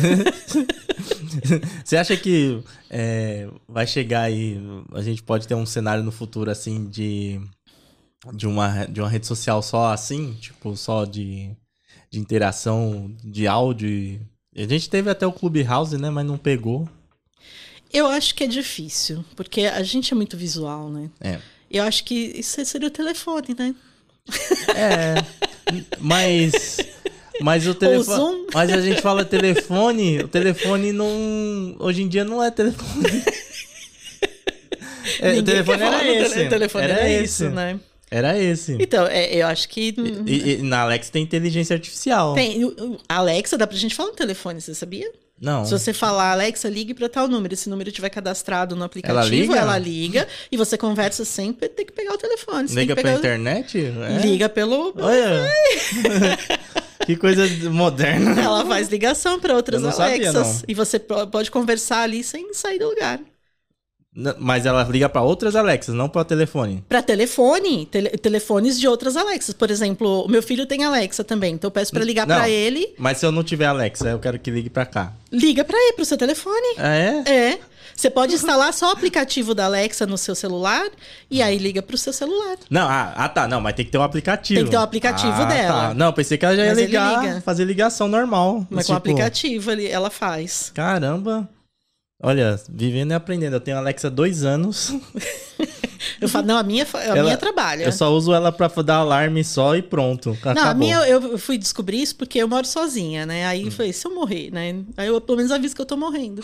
Você acha que é, vai chegar aí, a gente pode ter um cenário no futuro, assim, de, de, uma, de uma rede social só assim? Tipo, só de, de interação, de áudio? E... A gente teve até o Clubhouse, né? Mas não pegou. Eu acho que é difícil, porque a gente é muito visual, né? É. Eu acho que isso seria o telefone, né? É, mas... Mas o telefone. Zoom. Mas a gente fala telefone, o telefone não. Hoje em dia não é telefone. É, o telefone quer falar era no esse. tele- O telefone era, era, esse. isso, né? Era esse. Então, é, eu acho que. E, e na Alexa tem inteligência artificial. Tem. o- o- A Alexa dá pra gente falar no telefone, você sabia? Não. Se você falar, Alexa, ligue pra tal número, esse número estiver cadastrado no aplicativo, Ela liga? ela liga e você conversa sem ter que pegar o telefone. Você tem Liga que pra pegar... internet? É. Liga pelo. Olha. Que coisa moderna. Ela faz ligação pra outras Eu não sabia, Alexas. não. E você po- pode conversar ali sem sair do lugar. N- Mas ela liga pra outras Alexas, não pra telefone. Pra telefone, tele- telefones de outras Alexas. Por exemplo, o meu filho tem Alexa também, então eu peço pra ligar Não. pra ele. Mas se eu não tiver Alexa, eu quero que ligue pra cá. Liga pra ele, pro seu telefone. Ah, é? É. Você pode instalar só o aplicativo da Alexa no seu celular e aí liga pro seu celular. Não, ah, ah, tá. Não, mas tem que ter um aplicativo. Tem que ter um aplicativo Ah, dela. Tá. Não, pensei que ela já ia Mas ele ligar, liga. fazer ligação normal. Mas com o Tipo, aplicativo ele, ela faz. Caramba. Olha, vivendo e aprendendo. Eu tenho a Alexa há dois anos. Eu falo, não, a minha, a Ela- minha trabalha. Eu só uso ela pra dar alarme só e pronto. Acabou. Não, a minha eu, eu fui descobrir isso porque eu moro sozinha, né? Aí eu falei, se eu morrer, né? Aí eu pelo menos aviso que eu tô morrendo.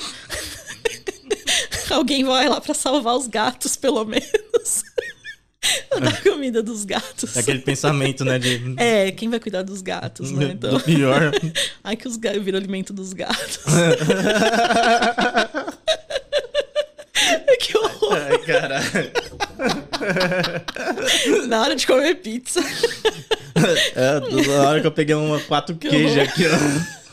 Alguém vai lá pra salvar os gatos, pelo menos. Dar comida dos gatos. É aquele pensamento, né? De... É, quem vai cuidar dos gatos, né? Então... Do pior. Ai, que os gatos viram alimento dos gatos. Que horror. Ai, caralho. Na hora de comer pizza. É, na hora que eu peguei uma quatro Que queijo horror. aqui, ó.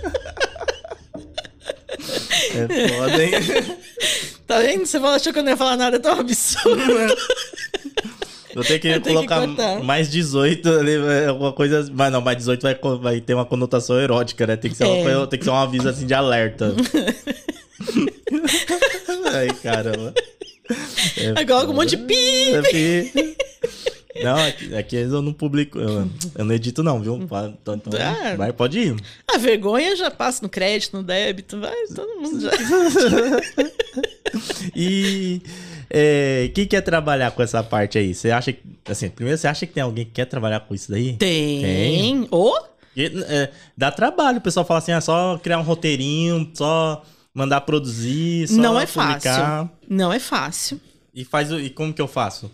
É foda, hein? Tá vendo? Você falou, achou que eu não ia falar nada tão absurdo. Vou ter que Eu tenho que colocar cortar. mais dezoito ali, é, alguma coisa. Mas não, mais dezoito vai, co- vai ter uma conotação erótica, né? Tem que ser, uma, É. coisa- tem que ser um aviso assim de alerta. Ai, caramba. É Agora com um foda. monte de pi. É pi. Não, aqui, aqui eu não publico. Eu, eu não edito, não, viu? Então, então Ah. vai, pode ir. A vergonha já passa no crédito, no débito, vai, todo mundo já. E é, quem quer trabalhar com essa parte aí? Você acha que. Assim, primeiro, você acha que tem alguém que quer trabalhar com isso daí? Tem. Tem. Ô, Porque, é, dá trabalho, o pessoal fala assim, é só criar um roteirinho, só mandar produzir, só não é publicar. fácil. Não é fácil. E faz o. E como que eu faço?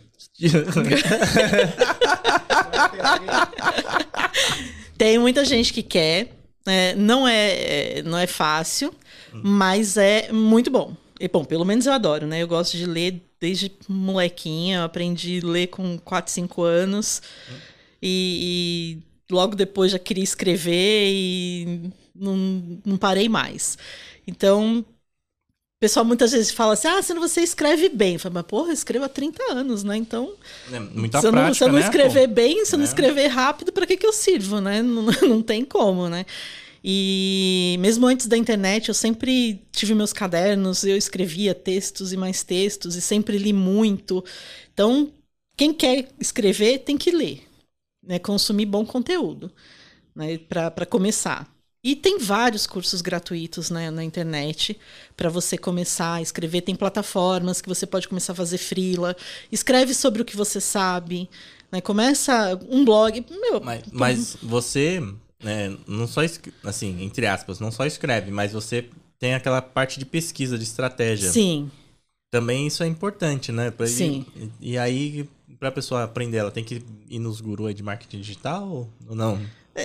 Tem muita gente que quer. É, não, é, é, não é fácil, mas é muito bom. E, bom, pelo menos eu adoro, né? Eu gosto de ler desde molequinha. Eu aprendi a ler com quatro, cinco anos. E, e logo depois já queria escrever e não, não parei mais. Então, o pessoal muitas vezes fala assim, ah, se você escreve bem. Eu falo, mas porra, eu escrevo há trinta anos, né? Então, É muita se eu não, prática, se eu não né, escrever pô? bem, se eu não É. escrever rápido, pra que que eu sirvo, né? Não, não tem como, né? E mesmo antes da internet, eu sempre tive meus cadernos, eu escrevia textos e mais textos, e sempre li muito. Então, quem quer escrever tem que ler, né? Consumir bom conteúdo, né? Pra, pra começar. E tem vários cursos gratuitos, né, na internet para você começar a escrever. Tem plataformas que você pode começar a fazer freela. Escreve sobre o que você sabe. Né? Começa um blog. Meu, Mas, mas você, né, não só, es- assim, entre aspas, não só escreve, mas você tem aquela parte de pesquisa, de estratégia. Sim, Também isso é importante, né? Pra- Sim. E, e aí, pra pessoa aprender, ela tem que ir nos gurus aí de marketing digital ou não?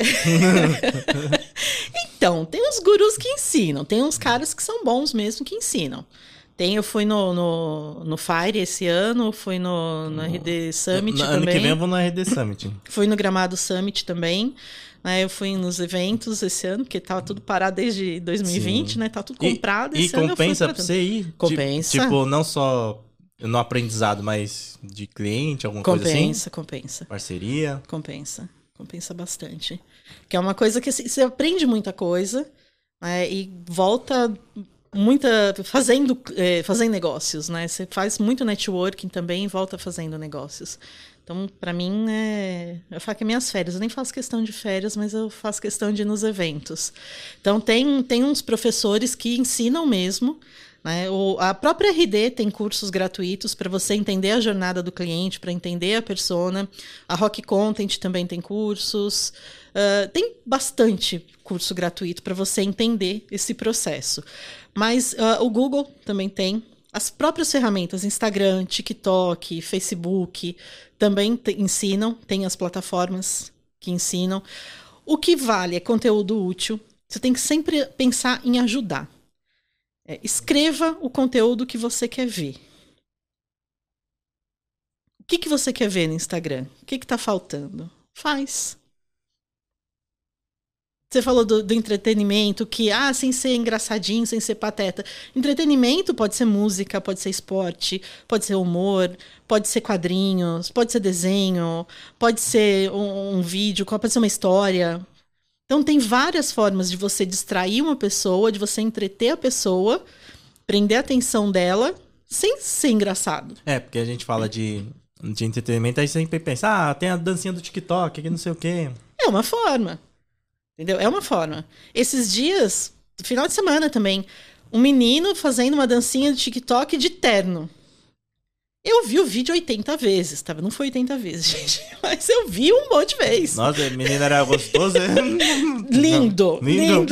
Então, tem uns gurus que ensinam, tem uns caras que são bons mesmo que ensinam. Tem, eu fui no, no, no Fire esse ano, fui no, no R D Summit No- também. Ano que vem eu vou no R D Summit. Fui no Gramado Summit também. Né? Eu fui nos eventos esse ano, porque tava tudo parado desde dois mil e vinte, Sim. né? Tá tudo E- comprado. E, esse ano eu fui compensa pra pra tudo. você ir? Ti- Compensa. Tipo, não só no aprendizado, mas de cliente, alguma coisa assim? Compensa, compensa. Parceria. Compensa. Compensa bastante. Que é uma coisa que assim, você aprende muita coisa, né, e volta muita fazendo, é, fazendo negócios, né? Você faz muito networking também e volta fazendo negócios. Então, para mim, é... eu falo que é minhas férias. Eu nem faço questão de férias, mas eu faço questão de ir nos eventos. Então, tem, tem uns professores que ensinam mesmo. Né? O, a própria R D tem cursos gratuitos para você entender a jornada do cliente, para entender a persona. A Rock Content também tem cursos. Uh, tem bastante curso gratuito para você entender esse processo. Mas uh, o Google também tem. As próprias ferramentas, Instagram, TikTok, Facebook, também te- ensinam. Tem as plataformas que ensinam. O que vale é conteúdo útil. Você tem que sempre pensar em ajudar. É, escreva o conteúdo que você quer ver. O que, que você quer ver no Instagram? O que está faltando? Faz. Você falou do, do entretenimento, que, ah, sem ser engraçadinho, sem ser pateta. Entretenimento pode ser música, pode ser esporte, pode ser humor, pode ser quadrinhos, pode ser desenho, pode ser um, um vídeo, pode ser uma história. Então, tem várias formas de você distrair uma pessoa, de você entreter a pessoa, prender a atenção dela, sem ser engraçado. É, porque a gente fala de, de entretenimento, aí sempre pensa, ah, tem a dancinha do TikTok, que não sei o quê. É uma forma. Entendeu? É uma forma. Esses dias, final de semana também, um menino fazendo uma dancinha do TikTok de terno. Eu vi o vídeo oitenta vezes, tá? Não foi oitenta vezes, gente. Mas eu vi um monte de vezes. Nossa, a menina era gostosa. Lindo, Lindo. lindo.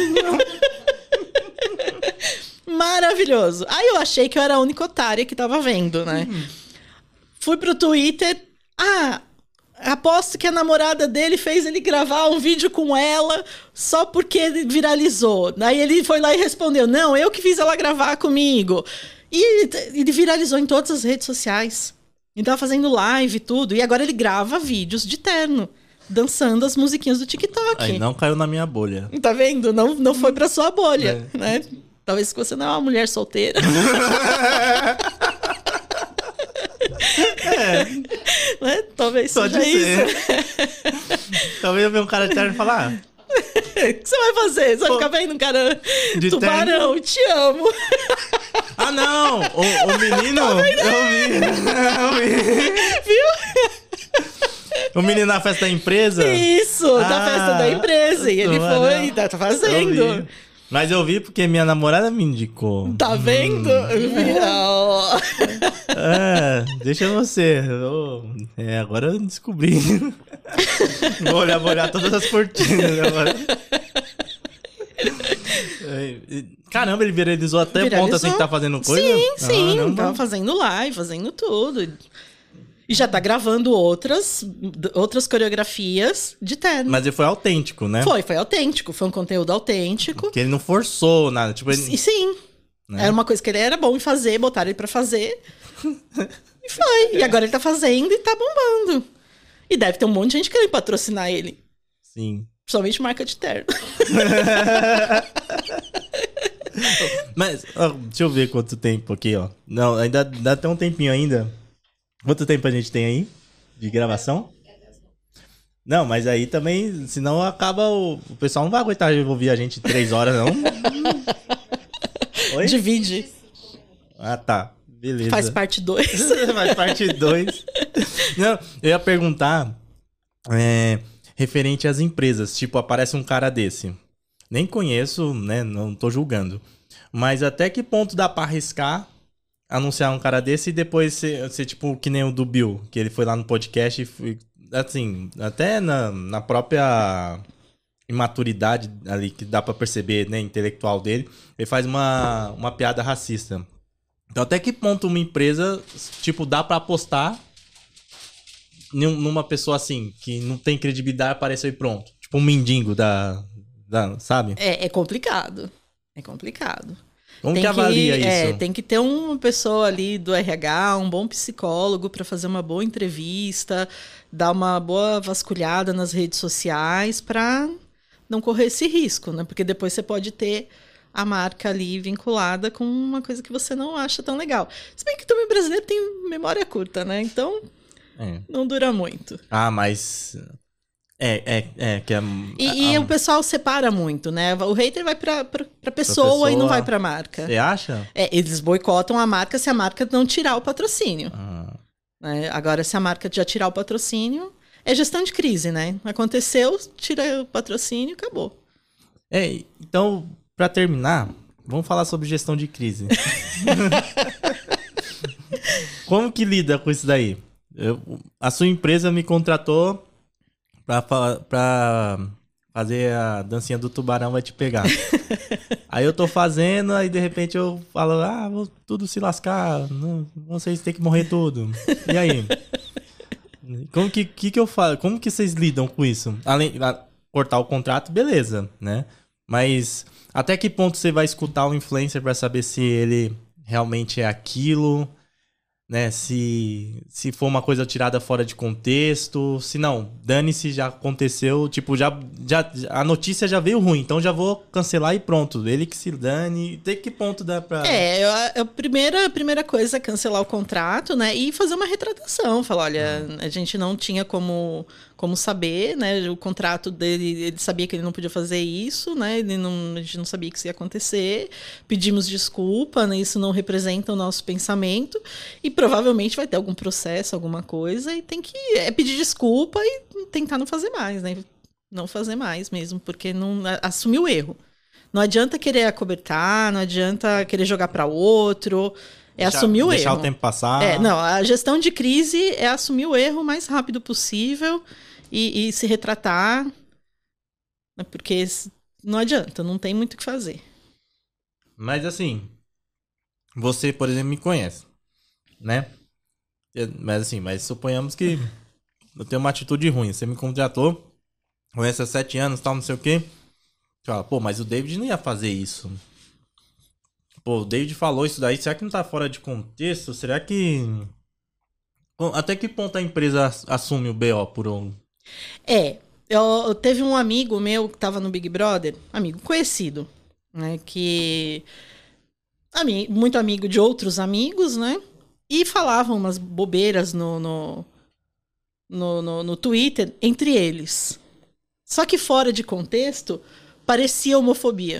Maravilhoso. Aí eu achei que eu era a única otária que tava vendo, né? Hum. Fui pro Twitter. Ah, aposto que a namorada dele fez ele gravar um vídeo com ela só porque ele viralizou. Aí ele foi lá e respondeu, não, eu que fiz ela gravar comigo. E ele viralizou em todas as redes sociais. Ele tava fazendo live e tudo. E agora ele grava vídeos de terno, dançando as musiquinhas do TikTok. Aí não caiu na minha bolha. Tá vendo? Não, não foi pra sua bolha, né? Talvez você não é uma mulher solteira. É, Né? Talvez pode seja ser. isso. Talvez eu ver um cara de terno e falar, ah, O que você vai fazer? Você vai Pô, ficar vendo um cara de tubarão, te amo. ah não, o, o menino, eu vi, eu vi. Viu? O menino na festa da empresa. Isso, da Ah, festa da empresa. E ele tubarão. foi, tá, tá Eu fazendo. vi. Mas eu vi porque minha namorada me indicou. Tá vendo? Ó. É, deixa você. Eu- é, agora eu descobri. Vou olhar, vou olhar todas as cortinas agora. É, e- Caramba, ele viralizou até Viralizou. ponto assim que tá fazendo coisa? Sim, sim. Caramba. Tava fazendo live, fazendo tudo. E já tá gravando outras, outras coreografias de terno. Mas ele foi autêntico, né? Foi, foi autêntico. Foi um conteúdo autêntico. Porque ele não forçou nada. Tipo, ele- E sim. né? Era uma coisa que ele era bom em fazer, botaram ele pra fazer. E foi. E agora ele tá fazendo e tá bombando. E deve ter um monte de gente querendo patrocinar ele. Sim. Principalmente marca de terno. Mas, ó, deixa eu ver quanto tempo aqui, ó. Não, ainda dá até um tempinho ainda. Quanto tempo a gente tem aí de gravação? Não, mas aí também, senão acaba o... O pessoal não vai aguentar ouvir a gente três horas, não. Oi? Divide. Ah, tá. Beleza. Faz parte dois. Faz parte dois. Não, eu ia perguntar é, referente às empresas. Tipo, aparece um cara desse. Nem conheço, né? Não tô julgando. Mas até que ponto dá pra arriscar anunciar um cara desse e depois ser, ser tipo que nem o do Bill, que ele foi lá no podcast e foi, assim, até na, na própria imaturidade ali que dá pra perceber, né, intelectual dele, ele faz uma, uma piada racista. Então até que ponto uma empresa, tipo, dá pra apostar numa pessoa assim, que não tem credibilidade, apareceu e pronto. Tipo um mendigo da, da sabe? É, é complicado. É complicado. Como tem que avalia que, é, isso? tem que ter uma pessoa ali do R H, um bom psicólogo para fazer uma boa entrevista, dar uma boa vasculhada nas redes sociais para não correr esse risco, né? Porque depois você pode ter a marca ali vinculada com uma coisa que você não acha tão legal. Se bem que também brasileiro tem memória curta, né? Então É. não dura muito. Ah, mas... É, é, é. Que é E, a, e a... o pessoal separa muito, né? O hater vai pra, pra, pra, pessoa, pessoa e não vai pra marca. Você acha? É, eles boicotam a marca se a marca não tirar o patrocínio. Ah. Né? Agora, se a marca já tirar o patrocínio, é gestão de crise, né? Aconteceu, tira o patrocínio, acabou. É, então, pra terminar, vamos falar sobre gestão de crise. Como que lida com isso daí? Eu, a sua empresa me contratou pra, pra fazer a dancinha do tubarão vai te pegar. Aí eu tô fazendo, aí de repente eu falo, ah, vou tudo se lascar, não, vocês têm que morrer tudo. E aí? Como que, que, que eu falo? Como que vocês lidam com isso? Além de cortar o contrato, beleza, né? Mas até que ponto você vai escutar o influencer pra saber se ele realmente é aquilo, né? Se, se for uma coisa tirada fora de contexto, se não, dane-se, já aconteceu, tipo, já, já, a notícia já veio ruim, então já vou cancelar e pronto, ele que se dane. Até que ponto dá pra... É, a, a, primeira, a primeira coisa é cancelar o contrato, né, e fazer uma retratação, falar, olha, hum. a gente não tinha como, como saber, né, o contrato dele, ele sabia que ele não podia fazer isso, né, ele não, a gente não sabia que isso ia acontecer, pedimos desculpa, né, isso não representa o nosso pensamento, e provavelmente vai ter algum processo, alguma coisa, e tem que é, pedir desculpa e tentar não fazer mais, né, não fazer mais mesmo, porque não assumir o erro. Não adianta querer acobertar, não adianta querer jogar para outro. É deixar, assumir o deixar erro. Deixar o tempo passar. É, não, a gestão de crise é assumir o erro o mais rápido possível e, e se retratar. Porque não adianta, não tem muito o que fazer. Mas assim, você, por exemplo, me conhece, né? Mas assim, mas suponhamos que eu tenho uma atitude ruim. Você me contratou, conhece há sete anos, tal, não sei o quê. Fala, pô, mas o David não ia fazer isso. Pô, o David falou isso daí. Será que não tá fora de contexto? Será que... Até que ponto a empresa assume o B O por um... É, eu, eu teve um amigo meu que tava no Big Brother, amigo conhecido, né, que... Ami, muito amigo de outros amigos, né, e falavam umas bobeiras no, no, no, no, no Twitter entre eles. Só que fora de contexto... parecia homofobia.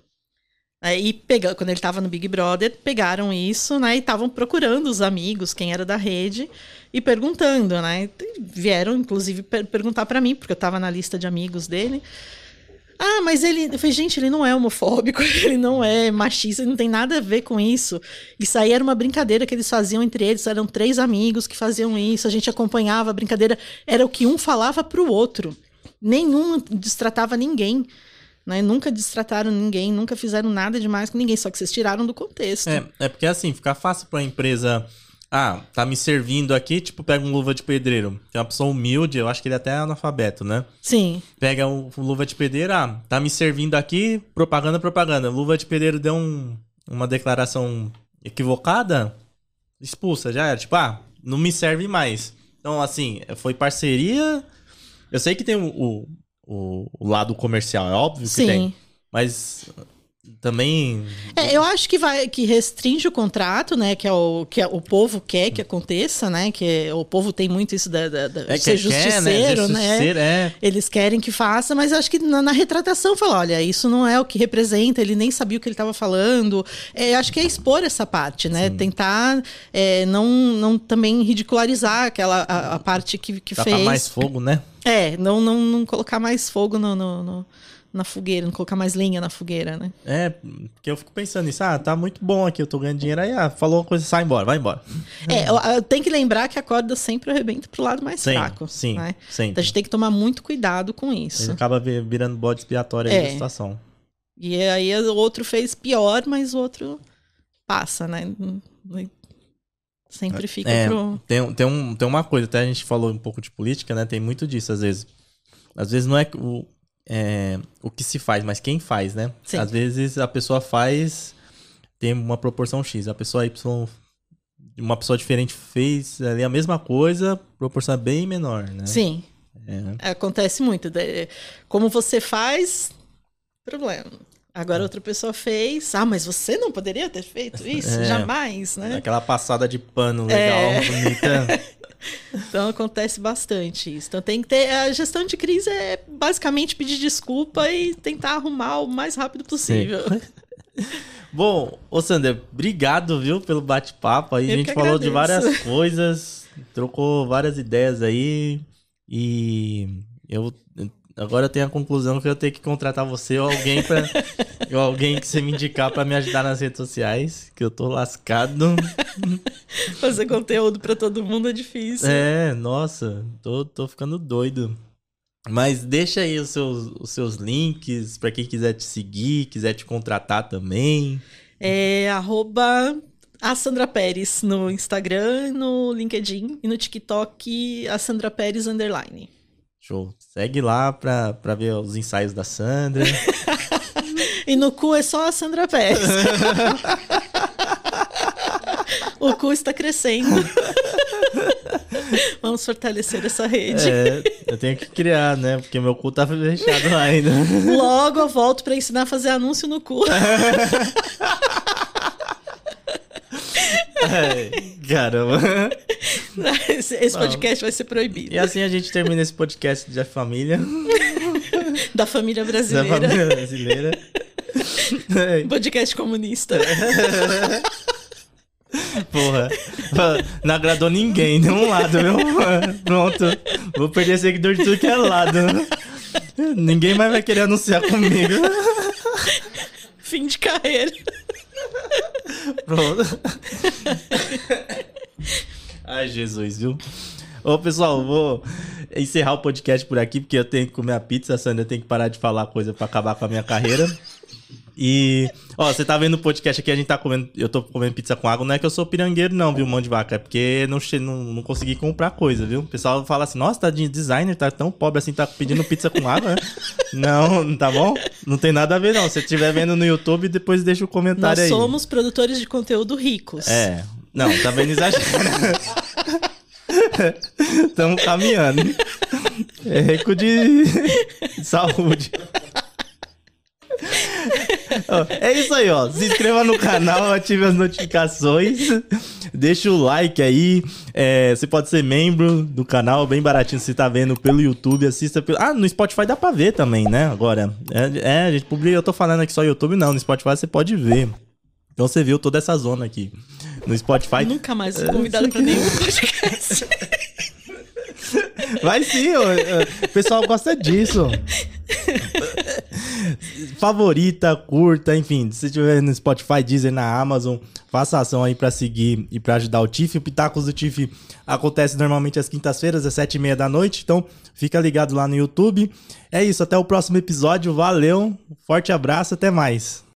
E pega, quando ele estava no Big Brother, pegaram isso, né? E estavam procurando os amigos, quem era da rede, e perguntando, né? Vieram, inclusive, per- perguntar para mim, porque eu estava na lista de amigos dele. Ah, mas ele... Eu falei, gente, ele não é homofóbico, ele não é machista, ele não tem nada a ver com isso. Isso aí era uma brincadeira que eles faziam entre eles, eram três amigos que faziam isso, a gente acompanhava a brincadeira, era o que um falava pro outro. Nenhum destratava ninguém. Né? Nunca destrataram ninguém, nunca fizeram nada demais com ninguém, só que vocês tiraram do contexto. É, é porque assim, fica fácil pra empresa... Ah, tá me servindo aqui, tipo, pega um luva de pedreiro. Que é uma pessoa humilde, eu acho que ele é até analfabeto, né? Sim. Pega um luva de pedreiro, ah, tá me servindo aqui, propaganda, propaganda. Luva de pedreiro deu um, uma declaração equivocada, expulsa, já era. Tipo, ah, não me serve mais. Então, assim, foi parceria... Eu sei que tem o, o, o, o lado comercial, é óbvio que Sim. tem. Mas também... É, eu acho que vai que restringe o contrato, né? Que é o que é, o povo quer que aconteça, né? Que é, o povo tem muito isso da, da, da é ser que justiceiro, quer, né? né? Justiceiro, é. Eles querem que faça, mas eu acho que na, na retratação fala, olha, isso não é o que representa, ele nem sabia o que ele estava falando. É, acho que é expor essa parte, né? Sim. Tentar é, não, não também ridicularizar aquela a, a parte que, que Tacar fez. mais fogo, né? É, não, não, não colocar mais fogo no, no, no, na fogueira, não colocar mais lenha na fogueira, né? É, porque eu fico pensando nisso, ah, tá muito bom aqui, eu tô ganhando dinheiro, aí, ah, falou uma coisa, sai embora, vai embora. É, eu, eu tenho que lembrar que a corda sempre arrebenta pro lado mais Sim, fraco. sim, né? sempre. Então a gente tem que tomar muito cuidado com Ele isso. acaba vi- virando bode expiatório aí É. da situação. E aí o outro fez pior, mas o outro passa, né? Sempre fica É, pro... tem, tem, um, tem uma coisa, até a gente falou um pouco de política, né? Tem muito disso, às vezes. Às vezes não é o, é, o que se faz, mas quem faz, né? Sim. Às vezes a pessoa faz, tem uma proporção X. A pessoa Y, uma pessoa diferente fez ali a mesma coisa, proporção bem menor, né? Sim, É. acontece muito. De- Como você faz, problema. Agora outra pessoa fez, ah, mas você não poderia ter feito isso? É. Jamais, né? Aquela passada de pano legal, É. bonita. Então acontece bastante isso. Então tem que ter. A gestão de crise é basicamente pedir desculpa e tentar arrumar o mais rápido possível. Bom, ô Sander, obrigado, viu, pelo bate-papo aí. Eu A gente que falou de agradeço. várias coisas, trocou várias ideias aí. E eu agora eu tenho a conclusão que eu tenho que contratar você ou alguém para ou alguém que você me indicar pra me ajudar nas redes sociais, que eu tô lascado. Fazer conteúdo pra todo mundo é difícil. É, nossa, tô, tô ficando doido. Mas deixa aí os seus, os seus links pra quem quiser te seguir, quiser te contratar também. É arroba a Sandra Pérez no Instagram, no LinkedIn e no TikTok a Sandra Pérez underline. Show. Segue lá pra, pra ver os ensaios da Sandra. E no cu é só a Sandra Pérez. O cu está crescendo. Vamos fortalecer essa rede. É, eu tenho que criar, né? Porque meu cu tá fechado lá ainda. Logo eu volto para ensinar a fazer anúncio no cu. Ai, caramba. Esse, esse podcast vai ser proibido. E assim a gente termina esse podcast da família. Da família Da brasileira. família brasileira. Ai, Podcast comunista. porra. Não agradou ninguém, de um lado, viu? Pronto. Vou perder seguidor de tudo que é lado. Ninguém mais vai querer anunciar comigo. Fim de carreira. Pronto. Ai, Jesus, viu? Ô, pessoal, vou encerrar o podcast por aqui, porque eu tenho que comer a pizza, a Sandra tem que parar de falar coisa pra acabar com a minha carreira. E, ó, você tá vendo o podcast aqui, a gente tá comendo, eu tô comendo pizza com água, não é que eu sou pirangueiro não, viu, mão de vaca, é porque não, che- não, não consegui comprar coisa, viu? O pessoal fala assim, nossa, tá de designer, tá tão pobre assim, tá pedindo pizza com água, né? Não, tá bom? Não tem nada a ver não, se você estiver vendo no YouTube, depois deixa o comentário Nós aí. somos produtores de conteúdo ricos. É, não, tá vendo exagero. Estamos caminhando. É rico de saúde. Ó, é isso aí, ó. Se inscreva no canal, ative as notificações, deixa o like aí. É, você pode ser membro do canal, bem baratinho. Se você tá vendo pelo YouTube, assista pelo... Ah, no Spotify dá pra ver também, né? Agora, é, é a gente publica. Eu tô falando aqui só YouTube, não. No Spotify você pode ver. Então você viu toda essa zona aqui. No Spotify. Nunca mais fui convidada pra nenhum podcast. Vai sim, ó, ó, o pessoal gosta disso. Favorita, curta, enfim, se tiver no Spotify, Deezer, na Amazon, faça ação aí pra seguir e pra ajudar o Tiff. O Pitacos do Tiff acontece normalmente às quintas-feiras, às sete e meia da noite, então fica ligado lá no YouTube. É isso, até o próximo episódio, valeu, forte abraço, até mais.